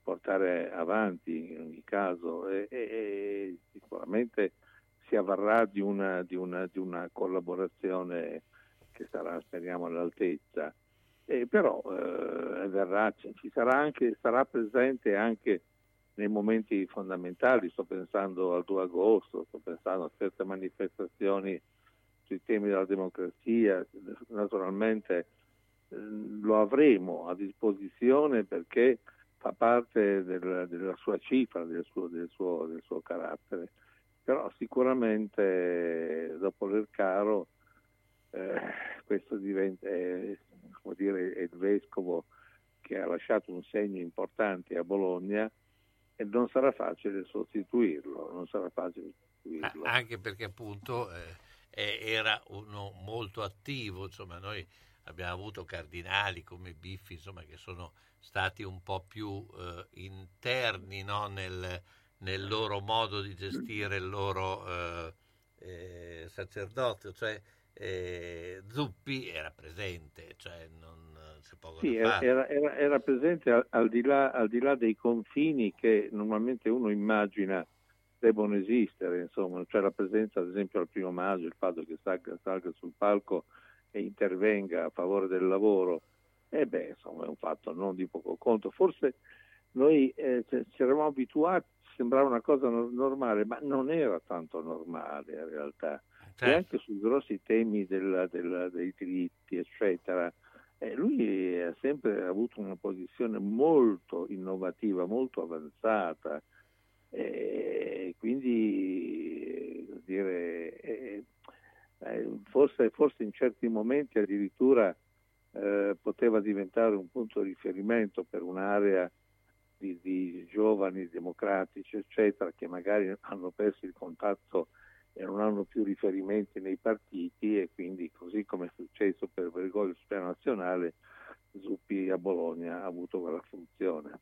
portare avanti in ogni caso, e, e, e sicuramente si avvarrà di una, di una, di una collaborazione che sarà, speriamo, all'altezza, e però eh, verrà, ci sarà anche, sarà presente anche nei momenti fondamentali. Sto pensando al due agosto, sto pensando a certe manifestazioni sui temi della democrazia. Naturalmente eh, lo avremo a disposizione perché fa parte del, della sua cifra, del suo, del suo, del suo carattere, però sicuramente dopo l'Ercaro eh, questo diventa, è, come dire, è il vescovo che ha lasciato un segno importante a Bologna, e non sarà facile sostituirlo, non sarà facile sostituirlo. Anche perché appunto eh, era uno molto attivo, insomma noi abbiamo avuto cardinali come Biffi, insomma, che sono stati un po' più eh, interni, no? nel, nel loro modo di gestire il loro eh, eh, sacerdozio, cioè eh, Zuppi era presente, cioè non si può sì, fare. Era, era, era presente al, al, di là, al di là dei confini che normalmente uno immagina devono esistere, insomma, cioè la presenza ad esempio al primo maggio, il fatto che salga, salga sul palco e intervenga a favore del lavoro, e beh, insomma, è un fatto non di poco conto. Forse noi eh, ci eravamo abituati, sembrava una cosa no- normale, ma non era tanto normale in realtà. Certo. E anche sui grossi temi della, della, dei diritti, eccetera, eh, lui ha sempre avuto una posizione molto innovativa, molto avanzata, e quindi eh, dire, eh, eh, forse, forse in certi momenti addirittura Eh, poteva diventare un punto di riferimento per un'area di, di giovani democratici, eccetera, che magari hanno perso il contatto e non hanno più riferimenti nei partiti, e quindi, così come è successo per Bergoglio sul piano nazionale, Zuppi a Bologna ha avuto quella funzione.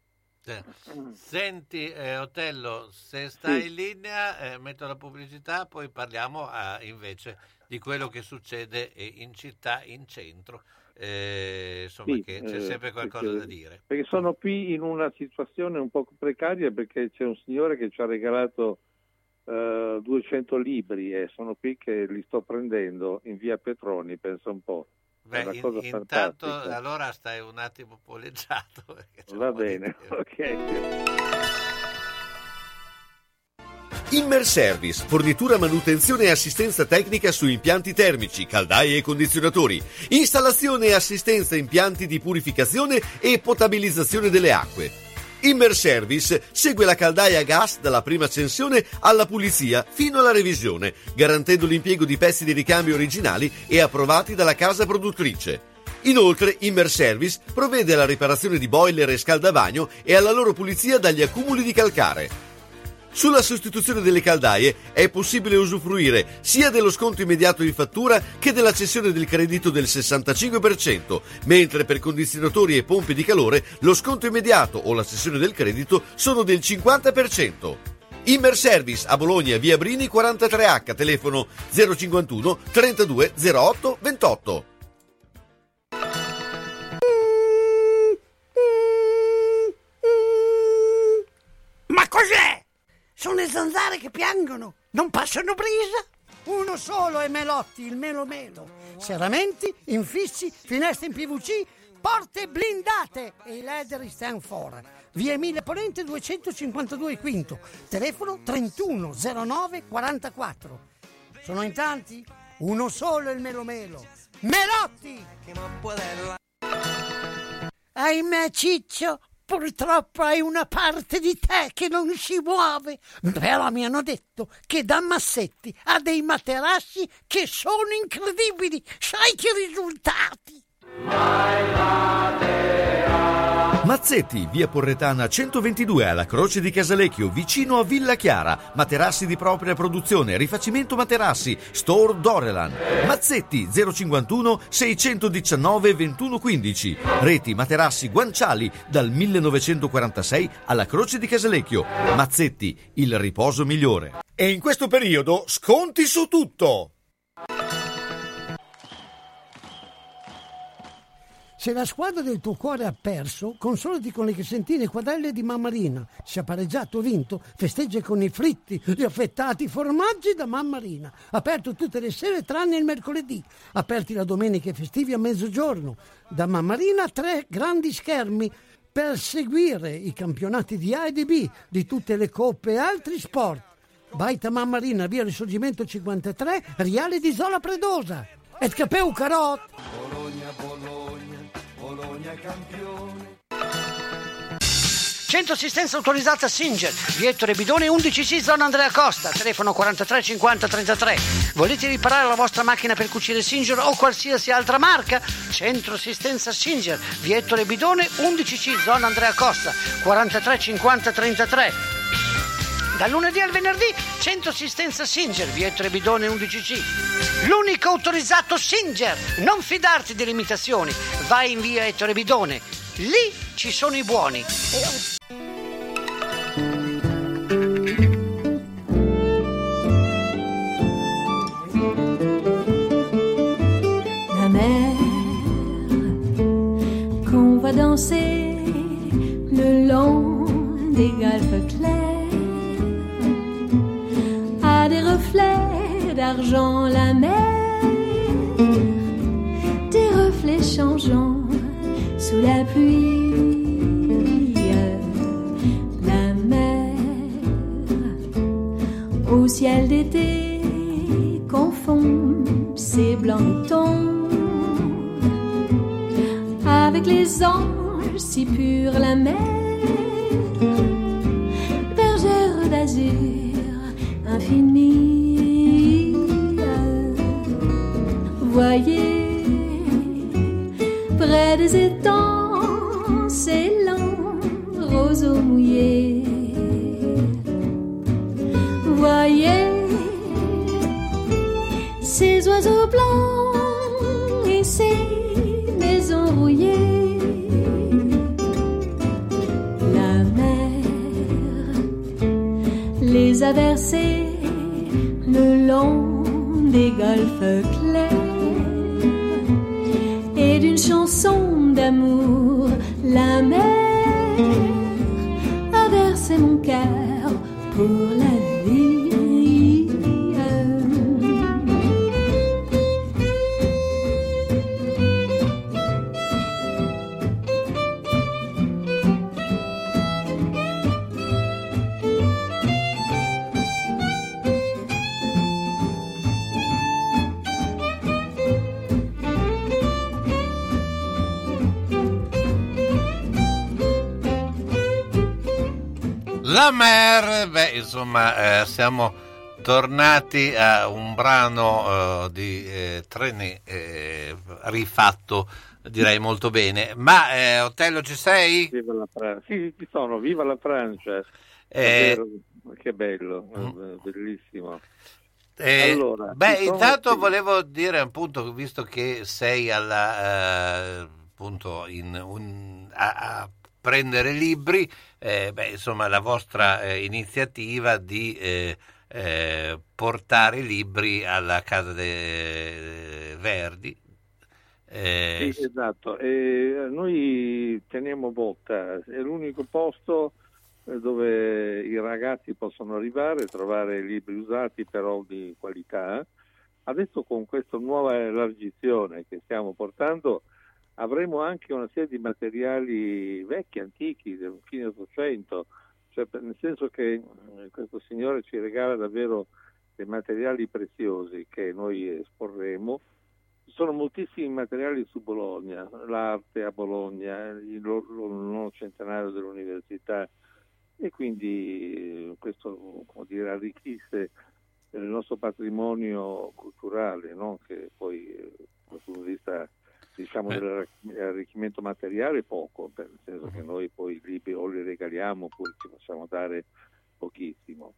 Senti eh, Otello, se stai Sì. in linea eh, metto la pubblicità, poi parliamo eh, invece di quello che succede eh, in città, in centro. Eh, insomma, Sì, che c'è eh, sempre qualcosa perché, da dire. Perché sono qui in una situazione un po' precaria, perché c'è un signore che ci ha regalato uh, duecento libri e sono qui che li sto prendendo in via Petroni, pensa un po'. Beh, È una in, cosa intanto fantastica. allora stai un attimo poleggiato. Va bene, ok. Immerservice, fornitura, manutenzione e assistenza tecnica su impianti termici, caldaie e condizionatori, installazione e assistenza impianti di purificazione e potabilizzazione delle acque. Immerservice segue la caldaia a gas dalla prima accensione alla pulizia fino alla revisione, garantendo l'impiego di pezzi di ricambio originali e approvati dalla casa produttrice. Inoltre, Immerservice provvede alla riparazione di boiler e scaldabagno e alla loro pulizia dagli accumuli di calcare. Sulla sostituzione delle caldaie è possibile usufruire sia dello sconto immediato in fattura che della cessione del credito del sessantacinque per cento, mentre per condizionatori e pompe di calore lo sconto immediato o la cessione del credito sono del cinquanta per cento. Immerservice a Bologna, via Brini quarantatré acca, telefono zero cinquantuno trentadue zero otto ventotto. Ma cos'è? Sono le zanzare che piangono, non passano brisa. Uno solo è Melotti, il Melo Melo. Serramenti, infissi, finestre in P V C, porte blindate e i leder stand for. Via Emilia Ponente duecentocinquantadue Quinto, telefono trentuno zero nove quarantaquattro. Sono in tanti? Uno solo è il Melo Melo. Melotti! Ahimè Ciccio, purtroppo hai una parte di te che non si muove, però mi hanno detto che da Massetti ha dei materassi che sono incredibili. Sai che risultati? Mazzetti, via Porretana centoventidue alla Croce di Casalecchio, vicino a Villa Chiara. Materassi di propria produzione, rifacimento materassi, Store Dorelan. Mazzetti zero cinquantuno seicentodiciannove ventuno quindici. Reti materassi guanciali dal millenovecentoquarantasei alla Croce di Casalecchio. Mazzetti, il riposo migliore. E in questo periodo sconti su tutto. Se la squadra del tuo cuore ha perso, consolati con le crescentine quadrelle di Mammarina. Se ha pareggiato o vinto, festeggia con i fritti, gli affettati formaggi da Mammarina. Aperto tutte le sere tranne il mercoledì. Aperti la domenica e festivi a mezzogiorno. Da Mammarina tre grandi schermi per seguire i campionati di A e di B, di tutte le coppe e altri sport. Baita Mammarina, via Risorgimento cinquantatré, Riale di Isola Predosa. Et capeu carot! Bologna, Bologna, Bologna campione. Centro assistenza autorizzata Singer, via Ettore Bidone undici C, zona Andrea Costa, telefono quarantatré cinquanta trentatré. Volete riparare la vostra macchina per cucire Singer o qualsiasi altra marca? Centro assistenza Singer, via Ettore Bidone undici C, zona Andrea Costa, quarantatré cinquanta trentatré. Dal lunedì al venerdì, centro assistenza Singer, via Ettore Bidone undici C. L'unico autorizzato Singer. Non fidarti delle imitazioni. Vai in via Ettore Bidone. Lì ci sono i buoni. La mer qu'on va danser le long des galles claires a des reflets d'argent, la mer, des reflets changeants sous la pluie. La mer au ciel d'été confond ses blancs tons avec les anges si purs. La mer, bergère d'azur infini. Voyez près des étangs ces lents roseaux mouillés. Voyez ces oiseaux blancs et ces maisons rouillées. La mer les a versés le long des golfes clairs, et d'une chanson d'amour la mer a versé mon cœur pour la vie. La mer, beh, insomma, eh, siamo tornati a un brano eh, di eh, Trenet eh, rifatto, direi molto bene. Ma eh, Otello, ci sei? Viva la Francia. Sì, ci sono, viva la Francia. Eh, Davvero, che bello, mm. bellissimo. Eh, allora, beh, intanto sì. volevo dire, appunto, visto che sei alla, eh, appunto, in un, a, a prendere libri, eh, beh, insomma, la vostra eh, iniziativa di eh, eh, portare libri alla Casa dei Verdi. Eh, sì, esatto. E noi teniamo botta, è l'unico posto dove i ragazzi possono arrivare, trovare libri usati però di qualità. Adesso con questa nuova elargizione che stiamo portando avremo anche una serie di materiali vecchi, antichi, del fine Ottocento, cioè, nel senso che questo signore ci regala davvero dei materiali preziosi che noi esporremo. Ci sono moltissimi materiali su Bologna, l'arte a Bologna, il nono centenario dell'università, e quindi questo, come dire, arricchisce il nostro patrimonio culturale, no? Che poi dal punto di vista, diciamo, dell'arricchimento materiale poco, nel senso che noi poi i libri o li regaliamo oppure ci possiamo dare pochissimo.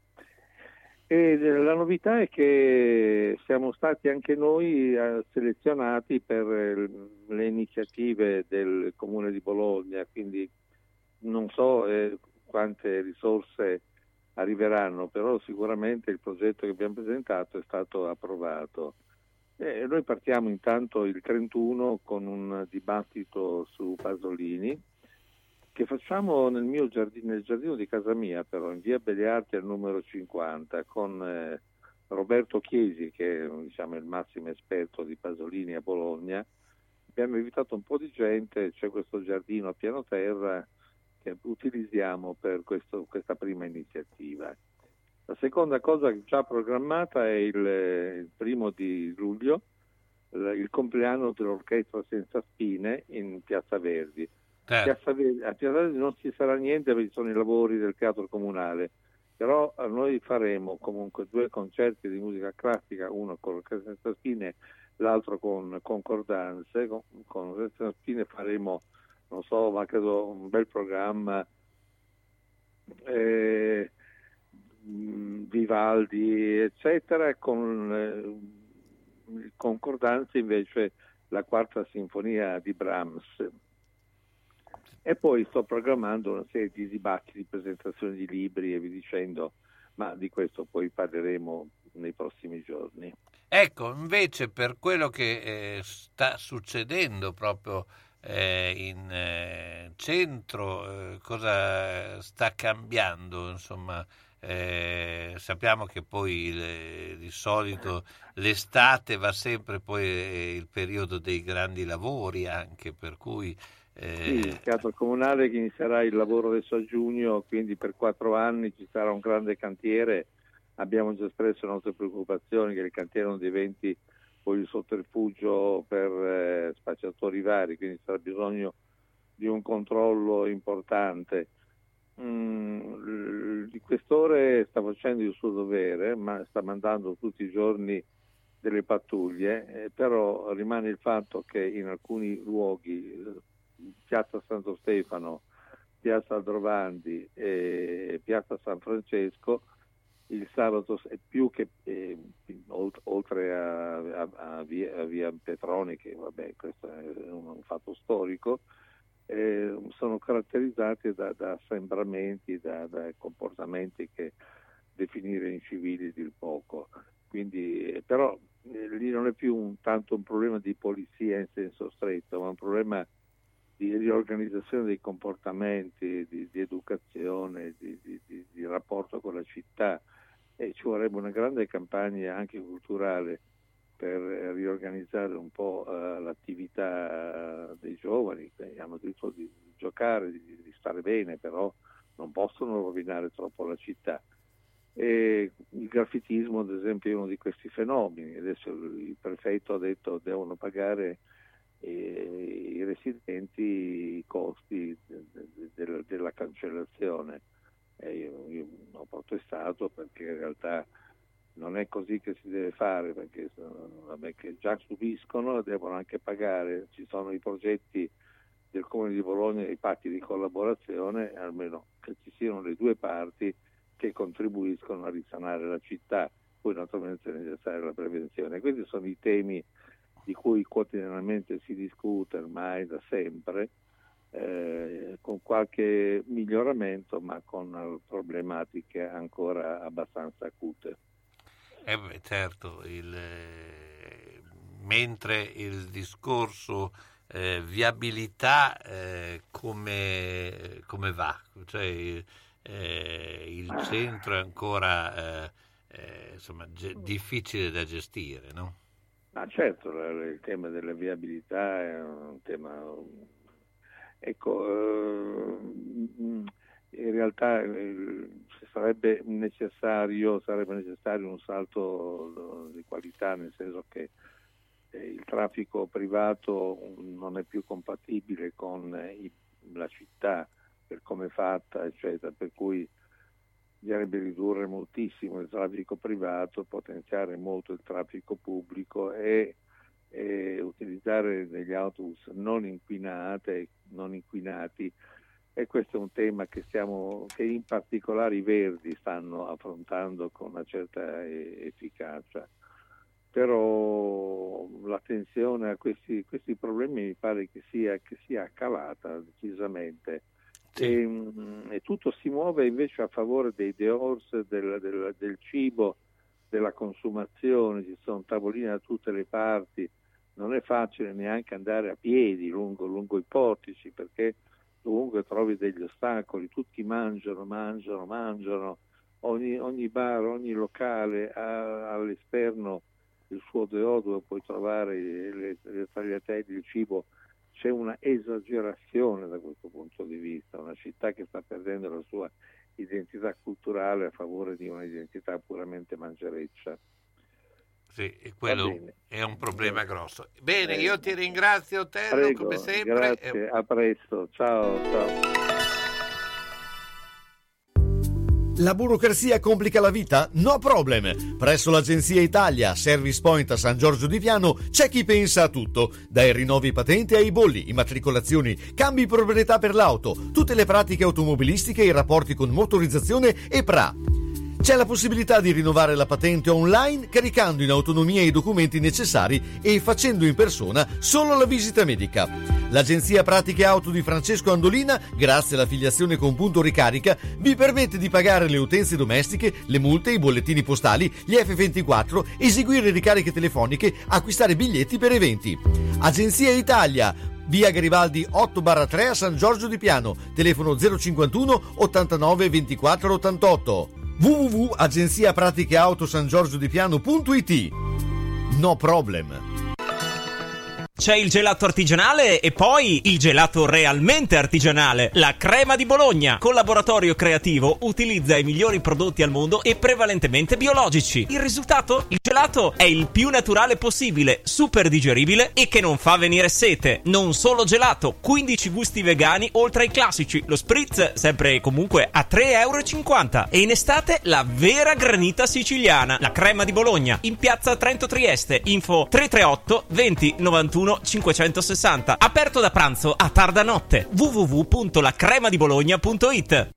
E la novità è che siamo stati anche noi selezionati per le iniziative del Comune di Bologna, quindi non so eh, quante risorse arriveranno, però sicuramente il progetto che abbiamo presentato è stato approvato. Eh, noi partiamo intanto il trentuno con un dibattito su Pasolini che facciamo nel mio giardino, nel giardino di casa mia, però in via Beliardi al numero cinquanta, con eh, Roberto Chiesi, che è, diciamo, il massimo esperto di Pasolini a Bologna. Abbiamo invitato un po' di gente, c'è questo giardino a piano terra che utilizziamo per questo, questa prima iniziativa. La seconda cosa già programmata è il, il primo di luglio, il, il compleanno dell'Orchestra Senza Spine in Piazza Verdi. Piazza Verdi. A Piazza Verdi non ci sarà niente perché ci sono i lavori del Teatro Comunale, però noi faremo comunque due concerti di musica classica, uno con l'Orchestra Senza Spine, l'altro con concordanze. Con, con l'Orchestra Senza Spine faremo, non so, ma credo un bel programma, eh, Vivaldi eccetera, con eh, concordanze invece la quarta sinfonia di Brahms. E poi sto programmando una serie di dibattiti, presentazioni di libri e vi dicendo, ma di questo poi parleremo nei prossimi giorni. Ecco, invece per quello che eh, sta succedendo proprio eh, in eh, centro, eh, cosa sta cambiando, insomma, eh, sappiamo che poi le, di solito l'estate va sempre poi eh, il periodo dei grandi lavori anche, per cui eh... Sì, il Teatro Comunale che inizierà il lavoro adesso a giugno, quindi per quattro anni ci sarà un grande cantiere. Abbiamo già espresso le nostre preoccupazioni che il cantiere non diventi poi il sotterfugio per eh, spacciatori vari, quindi sarà bisogno di un controllo importante. Mm, il questore sta facendo il suo dovere, ma sta mandando tutti i giorni delle pattuglie, eh, però rimane il fatto che in alcuni luoghi, Piazza Santo Stefano, Piazza Aldrovandi e Piazza San Francesco, il sabato è più che eh, oltre a, a, a, via, a via Petroni, che vabbè, questo è un fatto storico, eh, sono caratterizzati da, da assembramenti, da, da comportamenti che definire incivili dir poco. Quindi, eh, però eh, lì non è più un, tanto un problema di polizia in senso stretto, ma un problema di riorganizzazione dei comportamenti, di, di educazione, di, di, di, di rapporto con la città, e ci vorrebbe una grande campagna anche culturale per riorganizzare un po' uh, l'attività dei giovani, che hanno diritto di giocare, di, di stare bene, però non possono rovinare troppo la città. E il graffitismo, ad esempio, è uno di questi fenomeni. Adesso il prefetto ha detto che devono pagare e i residenti i costi de, de, de, della cancellazione. E io, io ho protestato perché in realtà non è così che si deve fare, perché vabbè, che già subiscono devono anche pagare. Ci sono i progetti del Comune di Bologna, i patti di collaborazione, almeno che ci siano le due parti che contribuiscono a risanare la città. Poi naturalmente è necessaria la prevenzione. Questi sono i temi di cui quotidianamente si discute ormai da sempre, eh, con qualche miglioramento, ma con problematiche ancora abbastanza acute. Eh beh, certo, il, eh, mentre il discorso eh, viabilità eh, come, come va? Cioè eh, il centro è ancora eh, eh, insomma, ge- difficile da gestire, no? Ah, certo, il tema della viabilità è un tema, ecco, in realtà sarebbe necessario, sarebbe necessario un salto di qualità, nel senso che il traffico privato non è più compatibile con la città per come è fatta, eccetera, per cui bisognerebbe ridurre moltissimo il traffico privato, potenziare molto il traffico pubblico e, e utilizzare degli autobus non inquinati, non inquinati. E questo è un tema che, stiamo, che in particolare i Verdi stanno affrontando con una certa efficacia. Però l'attenzione a questi, questi problemi mi pare che sia, che sia calata decisamente. Sì. E, e tutto si muove invece a favore dei dehors, del, del, del cibo, della consumazione, ci sono tavoline da tutte le parti, non è facile neanche andare a piedi lungo, lungo i portici, perché dovunque trovi degli ostacoli, tutti mangiano, mangiano, mangiano, ogni, ogni bar, ogni locale ha all'esterno il suo deo dove puoi trovare le, le tagliatelle, il cibo. C'è una esagerazione da questo punto di vista, una città che sta perdendo la sua identità culturale a favore di un'identità puramente mangereccia. Sì, e quello è un problema grosso. Bene, io ti ringrazio, Tello, Prego, come sempre. Grazie, a presto, ciao, ciao. La burocrazia complica la vita? No problem! Presso l'Agenzia Italia, Service Point a San Giorgio di Piano, c'è chi pensa a tutto. Dai rinnovi patente ai bolli, immatricolazioni, cambi proprietà per l'auto, tutte le pratiche automobilistiche e i rapporti con motorizzazione e P R A. C'è la possibilità di rinnovare la patente online caricando in autonomia i documenti necessari e facendo in persona solo la visita medica. L'Agenzia Pratiche Auto di Francesco Andolina, grazie all'affiliazione con Punto Ricarica, vi permette di pagare le utenze domestiche, le multe, i bollettini postali, gli F ventiquattro, eseguire ricariche telefoniche, acquistare biglietti per eventi. Agenzia Italia, via Garibaldi otto barra tre a San Giorgio di Piano, telefono zero cinquantuno ottantanove ventiquattro ottantotto. w w w punto agenzia pratiche auto san giorgio di piano punto i t. No problem. C'è il gelato artigianale e poi il gelato realmente artigianale, la Crema di Bologna. Collaboratorio creativo utilizza i migliori prodotti al mondo e prevalentemente biologici. Il risultato? Il gelato è il più naturale possibile, super digeribile e che non fa venire sete. Non solo gelato, quindici gusti vegani oltre ai classici. Lo spritz sempre e comunque a tre virgola cinquanta euro. E in estate la vera granita siciliana, la Crema di Bologna, in piazza Trento Trieste. Info tre tre otto venti novantuno cinquecentosessanta. Aperto da pranzo a tarda notte. w w w punto la crema di bologna punto i t.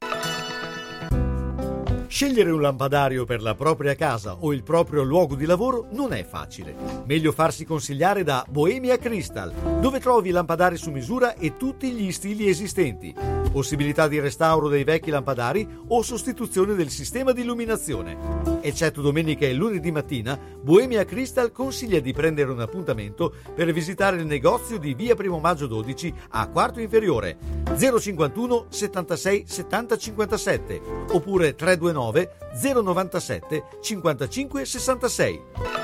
Scegliere un lampadario per la propria casa o il proprio luogo di lavoro non è facile. Meglio farsi consigliare da Bohemia Crystal, dove trovi lampadari su misura e tutti gli stili esistenti. Possibilità di restauro dei vecchi lampadari o sostituzione del sistema di illuminazione. Eccetto domenica e lunedì mattina, Bohemia Crystal consiglia di prendere un appuntamento per visitare il negozio di via Primo Maggio dodici a Quarto Inferiore, zero cinquantuno settantasei settanta cinquantasette oppure trecentonovantanove zero novantasette cinquantacinque sessantasei.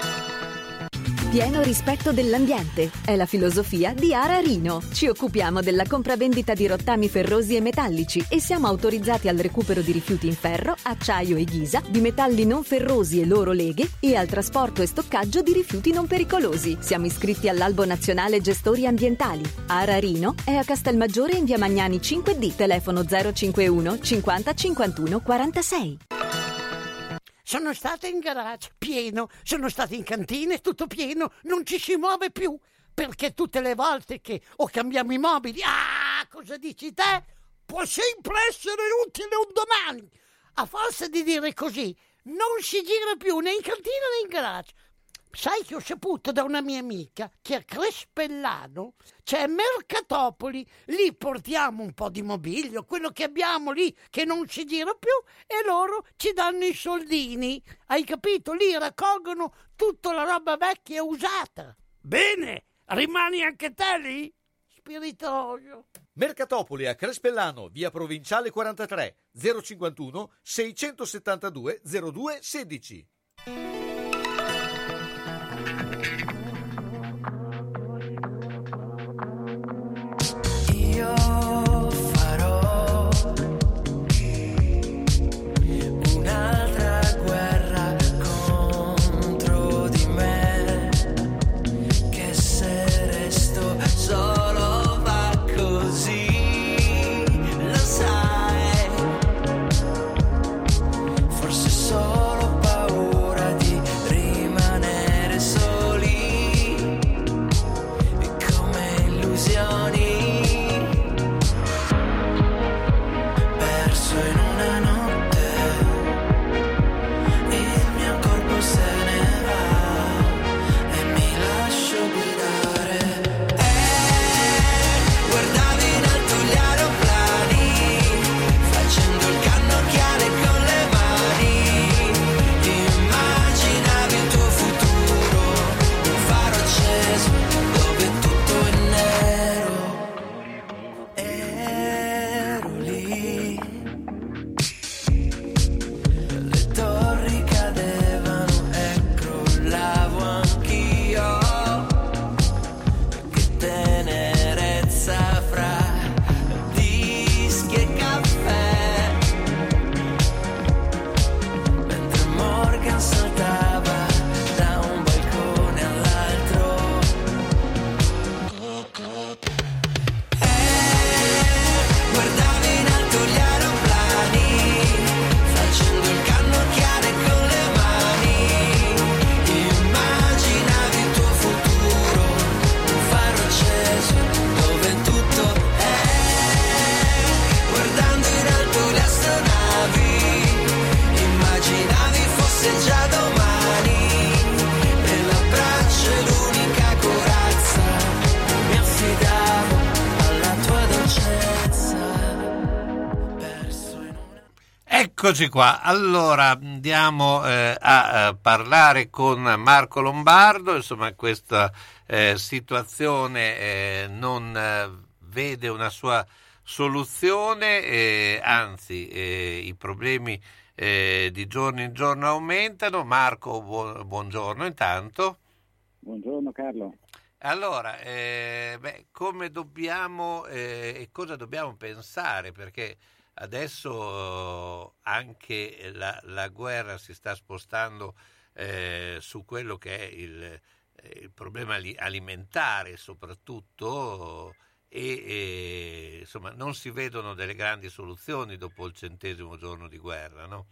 Pieno rispetto dell'ambiente è la filosofia di Ara Rino. Ci occupiamo della compravendita di rottami ferrosi e metallici e siamo autorizzati al recupero di rifiuti in ferro, acciaio e ghisa, di metalli non ferrosi e loro leghe e al trasporto e stoccaggio di rifiuti non pericolosi. Siamo iscritti all'Albo Nazionale Gestori Ambientali. Ara Rino è a Castelmaggiore in via Magnani cinque D, telefono zero cinquantuno cinquanta cinquantuno quarantasei. Sono stata in garage, pieno, sono stata in cantina, tutto pieno, non ci si muove più, perché tutte le volte che o cambiamo i mobili, ah, cosa dici te? Può sempre essere utile un domani. A forza di dire così, non si gira più né in cantina né in garage. Sai che ho saputo da una mia amica che a Crespellano c'è Mercatopoli, lì portiamo un po' di mobilio, quello che abbiamo lì che non si gira più e loro ci danno i soldini, hai capito? Lì raccolgono tutta la roba vecchia e usata. Bene, rimani anche te lì? Spiritoso. Mercatopoli a Crespellano, via Provinciale quarantatré, zero cinquantuno seicentosettantadue zero due sedici. Forse solo paura di Eccoci qua, allora andiamo eh, a, a parlare con Marco Lombardo. Insomma, questa eh, situazione eh, non eh, vede una sua soluzione, eh, anzi eh, i problemi eh, di giorno in giorno aumentano. Marco, bu- buongiorno intanto. Buongiorno Carlo. Allora, eh, beh, come dobbiamo eh, e cosa dobbiamo pensare? Perché adesso anche la, la guerra si sta spostando eh, su quello che è il, eh, il problema alimentare soprattutto e, e insomma non si vedono delle grandi soluzioni dopo il centesimo giorno di guerra, no?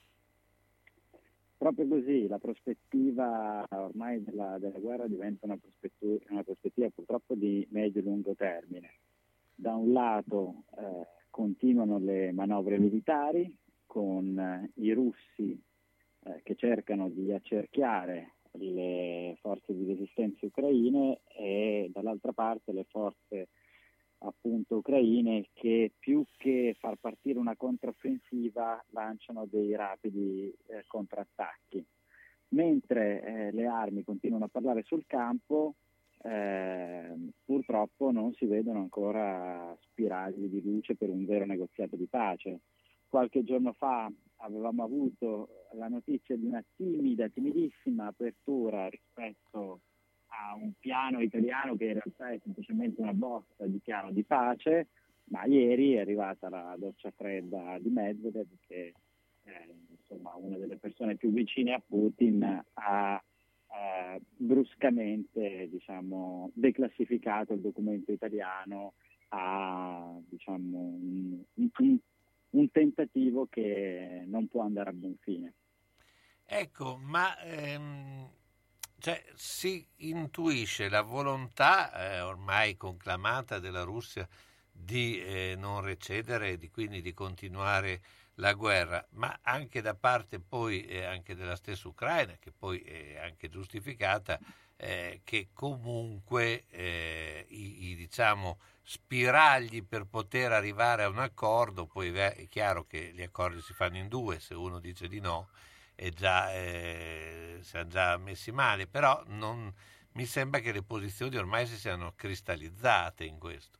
Proprio così, la prospettiva ormai della, della guerra diventa una prospettiva, una prospettiva purtroppo di medio-lungo termine. Da un lato eh, continuano le manovre militari con eh, i russi eh, che cercano di accerchiare le forze di resistenza ucraine e dall'altra parte le forze appunto ucraine che più che far partire una controffensiva lanciano dei rapidi eh, contrattacchi. Mentre eh, le armi continuano a parlare sul campo, eh, purtroppo non si vedono ancora spiragli di luce per un vero negoziato di pace. Qualche giorno fa avevamo avuto la notizia di una timida, timidissima apertura rispetto a un piano italiano che in realtà è semplicemente una bozza di piano di pace, ma ieri è arrivata la doccia fredda di Medvedev che eh, insomma una delle persone più vicine a Putin ha eh, bruscamente diciamo declassificato il documento italiano a diciamo un, un, un tentativo che non può andare a buon fine. Ecco, ma ehm... cioè, si intuisce la volontà eh, ormai conclamata della Russia di eh, non recedere e di, quindi di continuare la guerra, ma anche da parte poi eh, anche della stessa Ucraina, che poi è anche giustificata, eh, che comunque eh, i, i diciamo spiragli per poter arrivare a un accordo, poi è chiaro che gli accordi si fanno in due, se uno dice di no e già eh, siamo già messi male, però non mi sembra che le posizioni ormai si siano cristallizzate in questo.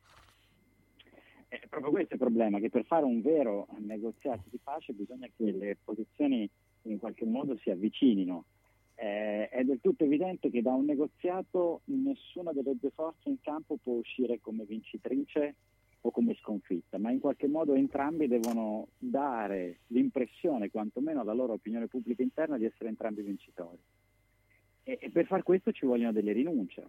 È proprio questo il problema, che per fare un vero negoziato di pace bisogna che le posizioni in qualche modo si avvicinino. Eh, è del tutto evidente che da un negoziato nessuna delle due forze in campo può uscire come vincitrice o come sconfitta, ma in qualche modo entrambi devono dare l'impressione, quantomeno alla loro opinione pubblica interna, di essere entrambi vincitori. E, e per far questo ci vogliono delle rinunce.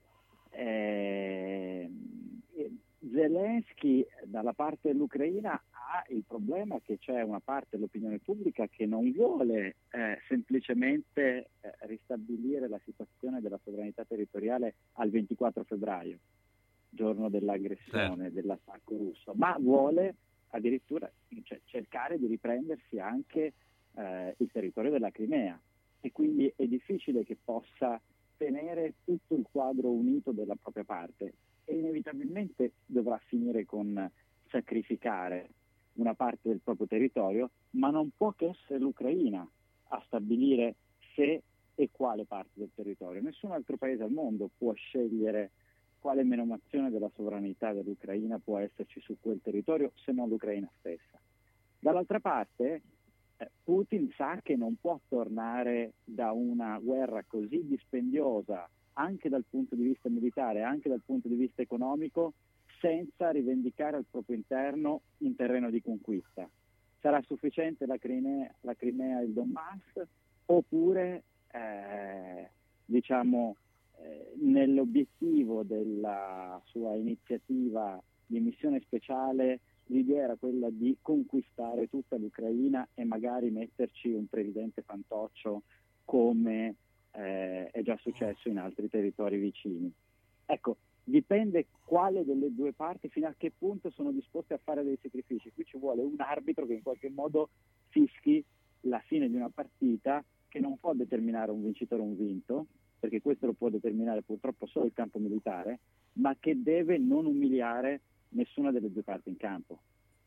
Eh, Zelensky dalla parte dell'Ucraina ha il problema che c'è una parte dell'opinione pubblica che non vuole eh, semplicemente eh, ristabilire la situazione della sovranità territoriale al ventiquattro febbraio, giorno dell'aggressione, certo, dell'attacco russo, ma vuole addirittura cioè, cercare di riprendersi anche eh, il territorio della Crimea e quindi è difficile che possa tenere tutto il quadro unito della propria parte e inevitabilmente dovrà finire con sacrificare una parte del proprio territorio, ma non può che essere l'Ucraina a stabilire se e quale parte del territorio. Nessun altro paese al mondo può scegliere quale menomazione della sovranità dell'Ucraina può esserci su quel territorio se non l'Ucraina stessa. Dall'altra parte eh, Putin sa che non può tornare da una guerra così dispendiosa anche dal punto di vista militare, anche dal punto di vista economico, senza rivendicare al proprio interno un terreno di conquista. Sarà sufficiente la Crimea, la Crimea e il Donbass, oppure eh, diciamo eh, nell'obiettivo della sua iniziativa di missione speciale l'idea era quella di conquistare tutta l'Ucraina e magari metterci un presidente fantoccio come eh, è già successo in altri territori vicini. Ecco, dipende quale delle due parti, fino a che punto sono disposte a fare dei sacrifici. Qui ci vuole un arbitro che in qualche modo fischi la fine di una partita che non può determinare un vincitore o un vinto, perché questo lo può determinare purtroppo solo il campo militare, ma che deve non umiliare nessuna delle due parti in campo.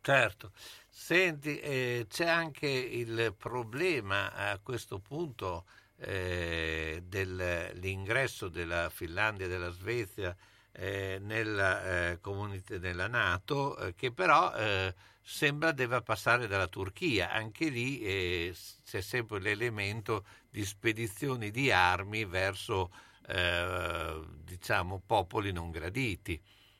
Certo. Senti, eh, c'è anche il problema a questo punto eh, dell'ingresso della Finlandia e della Svezia eh, nella, eh, comunità, nella NATO, eh, che però eh, sembra debba passare dalla Turchia. Anche lì eh, c'è sempre l'elemento di spedizioni di armi verso eh, diciamo popoli non graditi.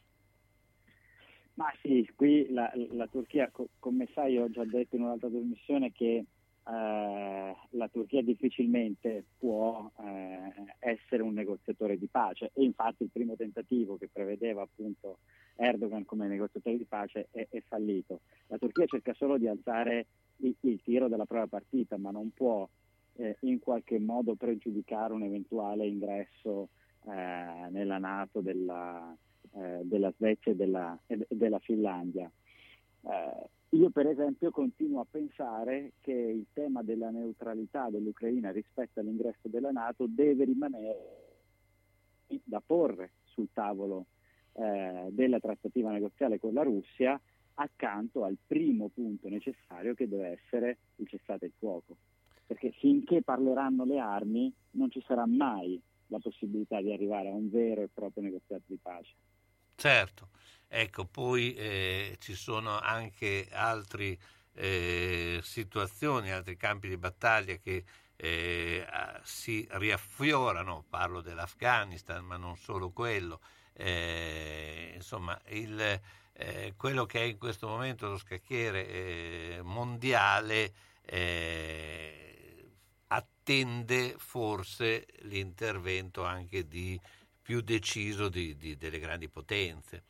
Ma sì, qui la, la Turchia, co- come sai, ho già detto in un'altra trasmissione che eh, la Turchia difficilmente può eh, essere un negoziatore di pace, e infatti il primo tentativo che prevedeva appunto Erdogan come negoziatore di pace è, è fallito. La Turchia cerca solo di alzare il, il tiro della propria partita, ma non può eh, in qualche modo pregiudicare un eventuale ingresso eh, nella NATO della Eh, della Svezia e della, e della Finlandia. Eh, io per esempio continuo a pensare che il tema della neutralità dell'Ucraina rispetto all'ingresso della NATO deve rimanere da porre sul tavolo eh, della trattativa negoziale con la Russia, accanto al primo punto necessario che deve essere il cessate il fuoco, perché finché parleranno le armi non ci sarà mai la possibilità di arrivare a un vero e proprio negoziato di pace. Certo, ecco, poi eh, ci sono anche altre eh, situazioni, altri campi di battaglia che eh, si riaffiorano, parlo dell'Afghanistan, ma non solo quello, eh, insomma, il, eh, quello che è in questo momento lo scacchiere eh, mondiale eh, attende forse l'intervento anche di più deciso di, di, delle grandi potenze.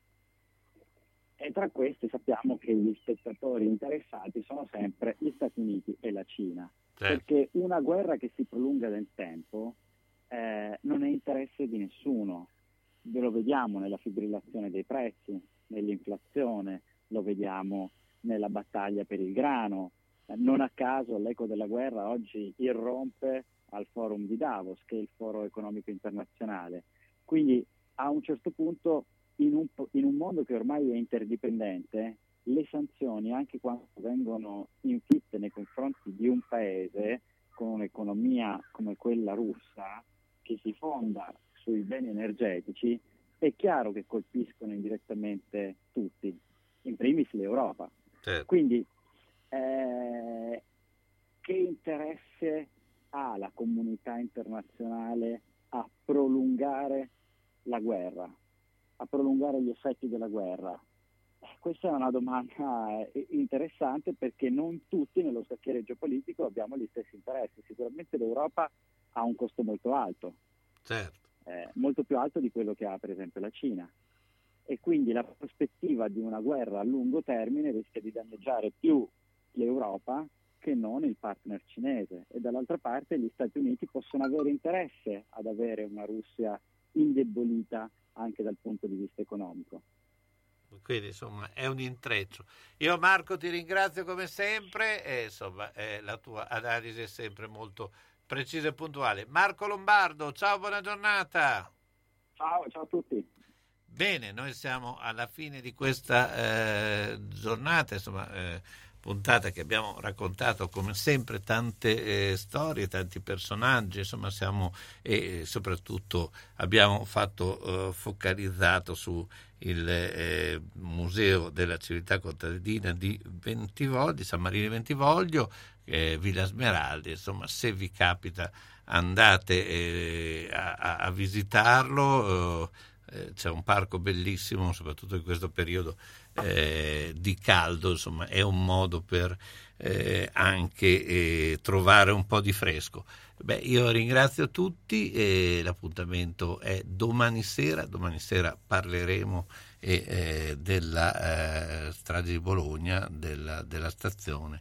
E tra questi sappiamo che gli spettatori interessati sono sempre gli Stati Uniti e la Cina, certo. Perché una guerra che si prolunga nel tempo eh, non è interesse di nessuno. Ve lo vediamo nella fibrillazione dei prezzi, nell'inflazione, lo vediamo nella battaglia per il grano. Eh, non a caso l'eco della guerra oggi irrompe al forum di Davos, che è il foro economico internazionale. Quindi a un certo punto, in un, in un mondo che ormai è interdipendente, le sanzioni, anche quando vengono infitte nei confronti di un paese con un'economia come quella russa, che si fonda sui beni energetici, è chiaro che colpiscono indirettamente tutti, in primis l'Europa. Certo. Quindi eh, che interesse ha la comunità internazionale a prolungare la guerra, a prolungare gli effetti della guerra? Questa è una domanda interessante, perché non tutti nello scacchiere geopolitico abbiamo gli stessi interessi. Sicuramente l'Europa ha un costo molto alto, certo. eh, molto più alto di quello che ha per esempio la Cina, e quindi la prospettiva di una guerra a lungo termine rischia di danneggiare più l'Europa che non il partner cinese, e dall'altra parte gli Stati Uniti possono avere interesse ad avere una Russia indebolita anche dal punto di vista economico. Quindi insomma è un intreccio. Io Marco ti ringrazio come sempre, e insomma eh, la tua analisi è sempre molto precisa e puntuale. Marco Lombardo, ciao, buona giornata. Ciao, ciao a tutti. Bene, noi siamo alla fine di questa eh, giornata, insomma eh, puntata che abbiamo raccontato come sempre tante eh, storie, tanti personaggi, insomma siamo e eh, soprattutto abbiamo fatto eh, focalizzato su il eh, Museo della Civiltà Contadina di Bentivoglio, di San Marino di Bentivoglio, eh, Villa Smeraldi. Insomma, se vi capita andate eh, a, a visitarlo, eh, c'è un parco bellissimo, soprattutto in questo periodo eh, di caldo, insomma è un modo per eh, anche eh, trovare un po' di fresco. Beh, io ringrazio tutti e l'appuntamento è domani sera. Domani sera parleremo eh, eh, della eh, strage di Bologna, della, della stazione.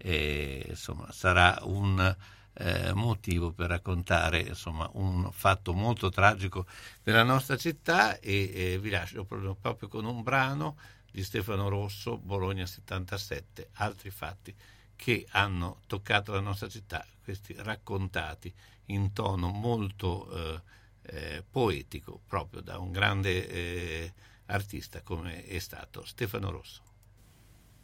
E, insomma, sarà un eh, motivo per raccontare insomma un fatto molto tragico della nostra città, e eh, vi lascio proprio, proprio con un brano di Stefano Rosso, Bologna settantasette, altri fatti che hanno toccato la nostra città, questi raccontati in tono molto eh, eh, poetico, proprio da un grande eh, artista come è stato Stefano Rosso.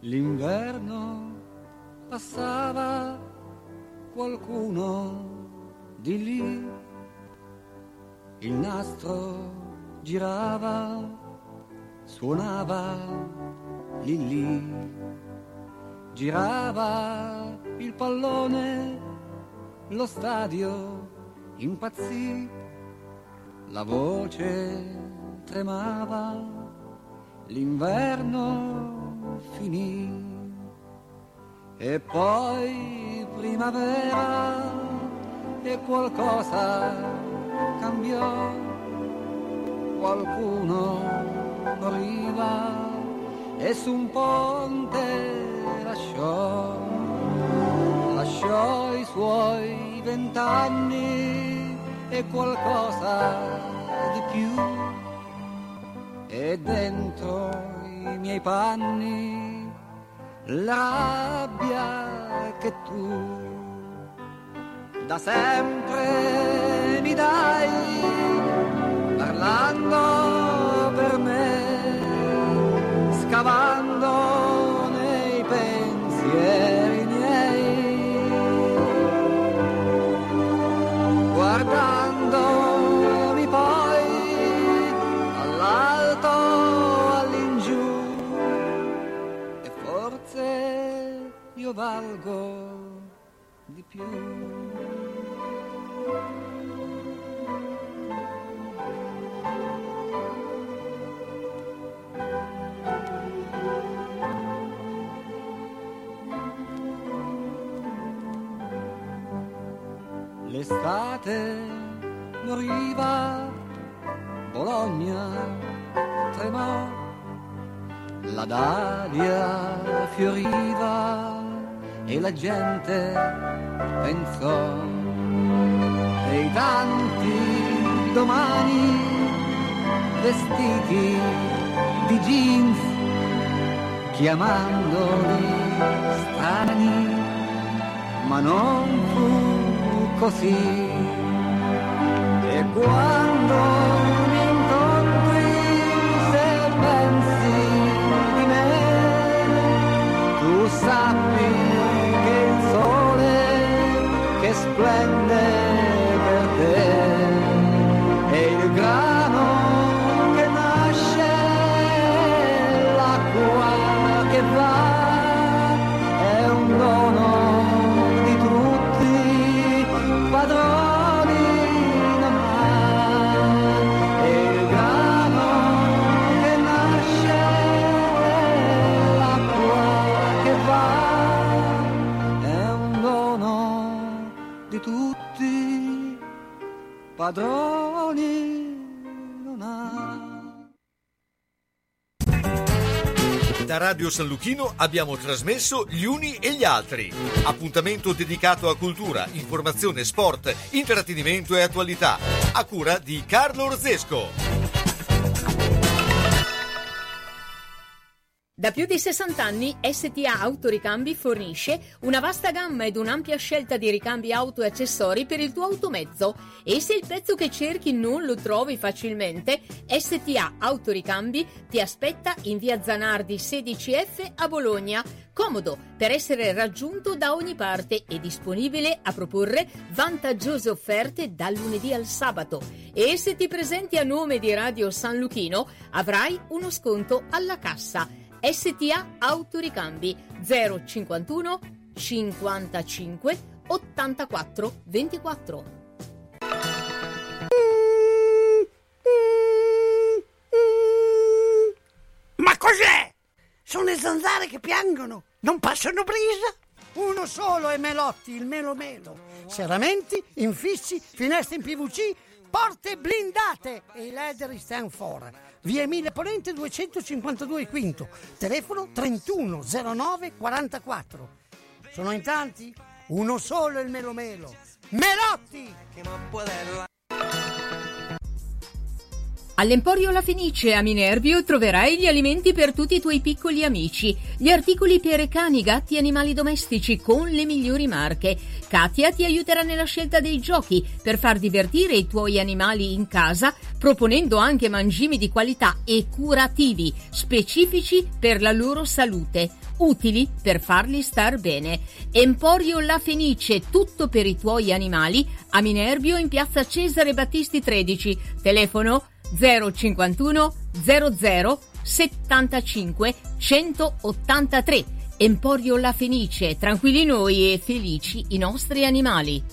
L'inverno passava, qualcuno di lì, il nastro girava, suonava lì lì, girava il pallone, lo stadio impazzì, la voce tremava, l'inverno finì. E poi primavera e qualcosa cambiò, qualcuno moriva e su un ponte lasciò, lasciò i suoi vent'anni e qualcosa di più, e dentro i miei panni la rabbia che tu da sempre mi dai, parlando per me, scavando nei pensieri miei, guardandomi poi dall'alto all'ingiù, e forse io valgo di più. L'estate moriva, Bologna tremò, la dalia fioriva e la gente pensò, e i tanti domani vestiti di jeans, chiamandoli strani, ma non fu così. E quando mi incontri, se pensi di me, tu sappi che il sole che splende per te è il grano che nasce, l'acqua che va, è un dono di tutti, padroni non ha, è il grano che nasce, l'acqua che va, è un dono di tutti, padroni non ha. Da Radio San Luchino abbiamo trasmesso Gli Uni e gli Altri. Appuntamento dedicato a cultura, informazione, sport, intrattenimento e attualità. A cura di Carlo Orzesco. Da più di sessanta anni S T A Autoricambi fornisce una vasta gamma ed un'ampia scelta di ricambi auto e accessori per il tuo automezzo, e se il pezzo che cerchi non lo trovi facilmente, S T A Autoricambi ti aspetta in via Zanardi sedici F a Bologna, comodo per essere raggiunto da ogni parte e disponibile a proporre vantaggiose offerte dal lunedì al sabato. E se ti presenti a nome di Radio San Luchino avrai uno sconto alla cassa. S T A Autoricambi zero cinquantuno cinquantacinque ottantaquattro ventiquattro. Ma cos'è? Sono le zanzare che piangono, non passano brisa? Uno solo è Melotti, il Melo Melo. Serramenti, infissi, finestre in P V C, porte blindate e i leder stand for. Via Emile Ponente duecentocinquantadue Quinto, telefono trentuno zero nove quarantaquattro. Sono in tanti? Uno solo è il Melo Melo. Melotti! All'Emporio La Fenice a Minerbio troverai gli alimenti per tutti i tuoi piccoli amici, gli articoli per cani, gatti e animali domestici con le migliori marche. Katia ti aiuterà nella scelta dei giochi per far divertire i tuoi animali in casa, proponendo anche mangimi di qualità e curativi, specifici per la loro salute, utili per farli star bene. Emporio La Fenice, tutto per i tuoi animali, a Minerbio in piazza Cesare Battisti tredici, telefono zero cinquantuno zero zero settantacinque centoottantatré. Emporio La Fenice, tranquilli noi e felici i nostri animali.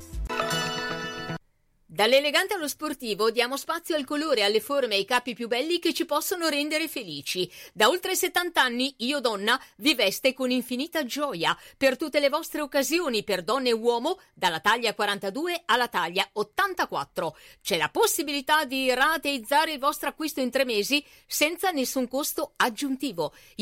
Dall'elegante allo sportivo diamo spazio al colore, alle forme e ai capi più belli che ci possono rendere felici. Da oltre settanta anni Io Donna vi veste con infinita gioia per tutte le vostre occasioni, per donne e uomo, dalla taglia quarantadue alla taglia ottantaquattro. C'è la possibilità di rateizzare il vostro acquisto in tre mesi senza nessun costo aggiuntivo.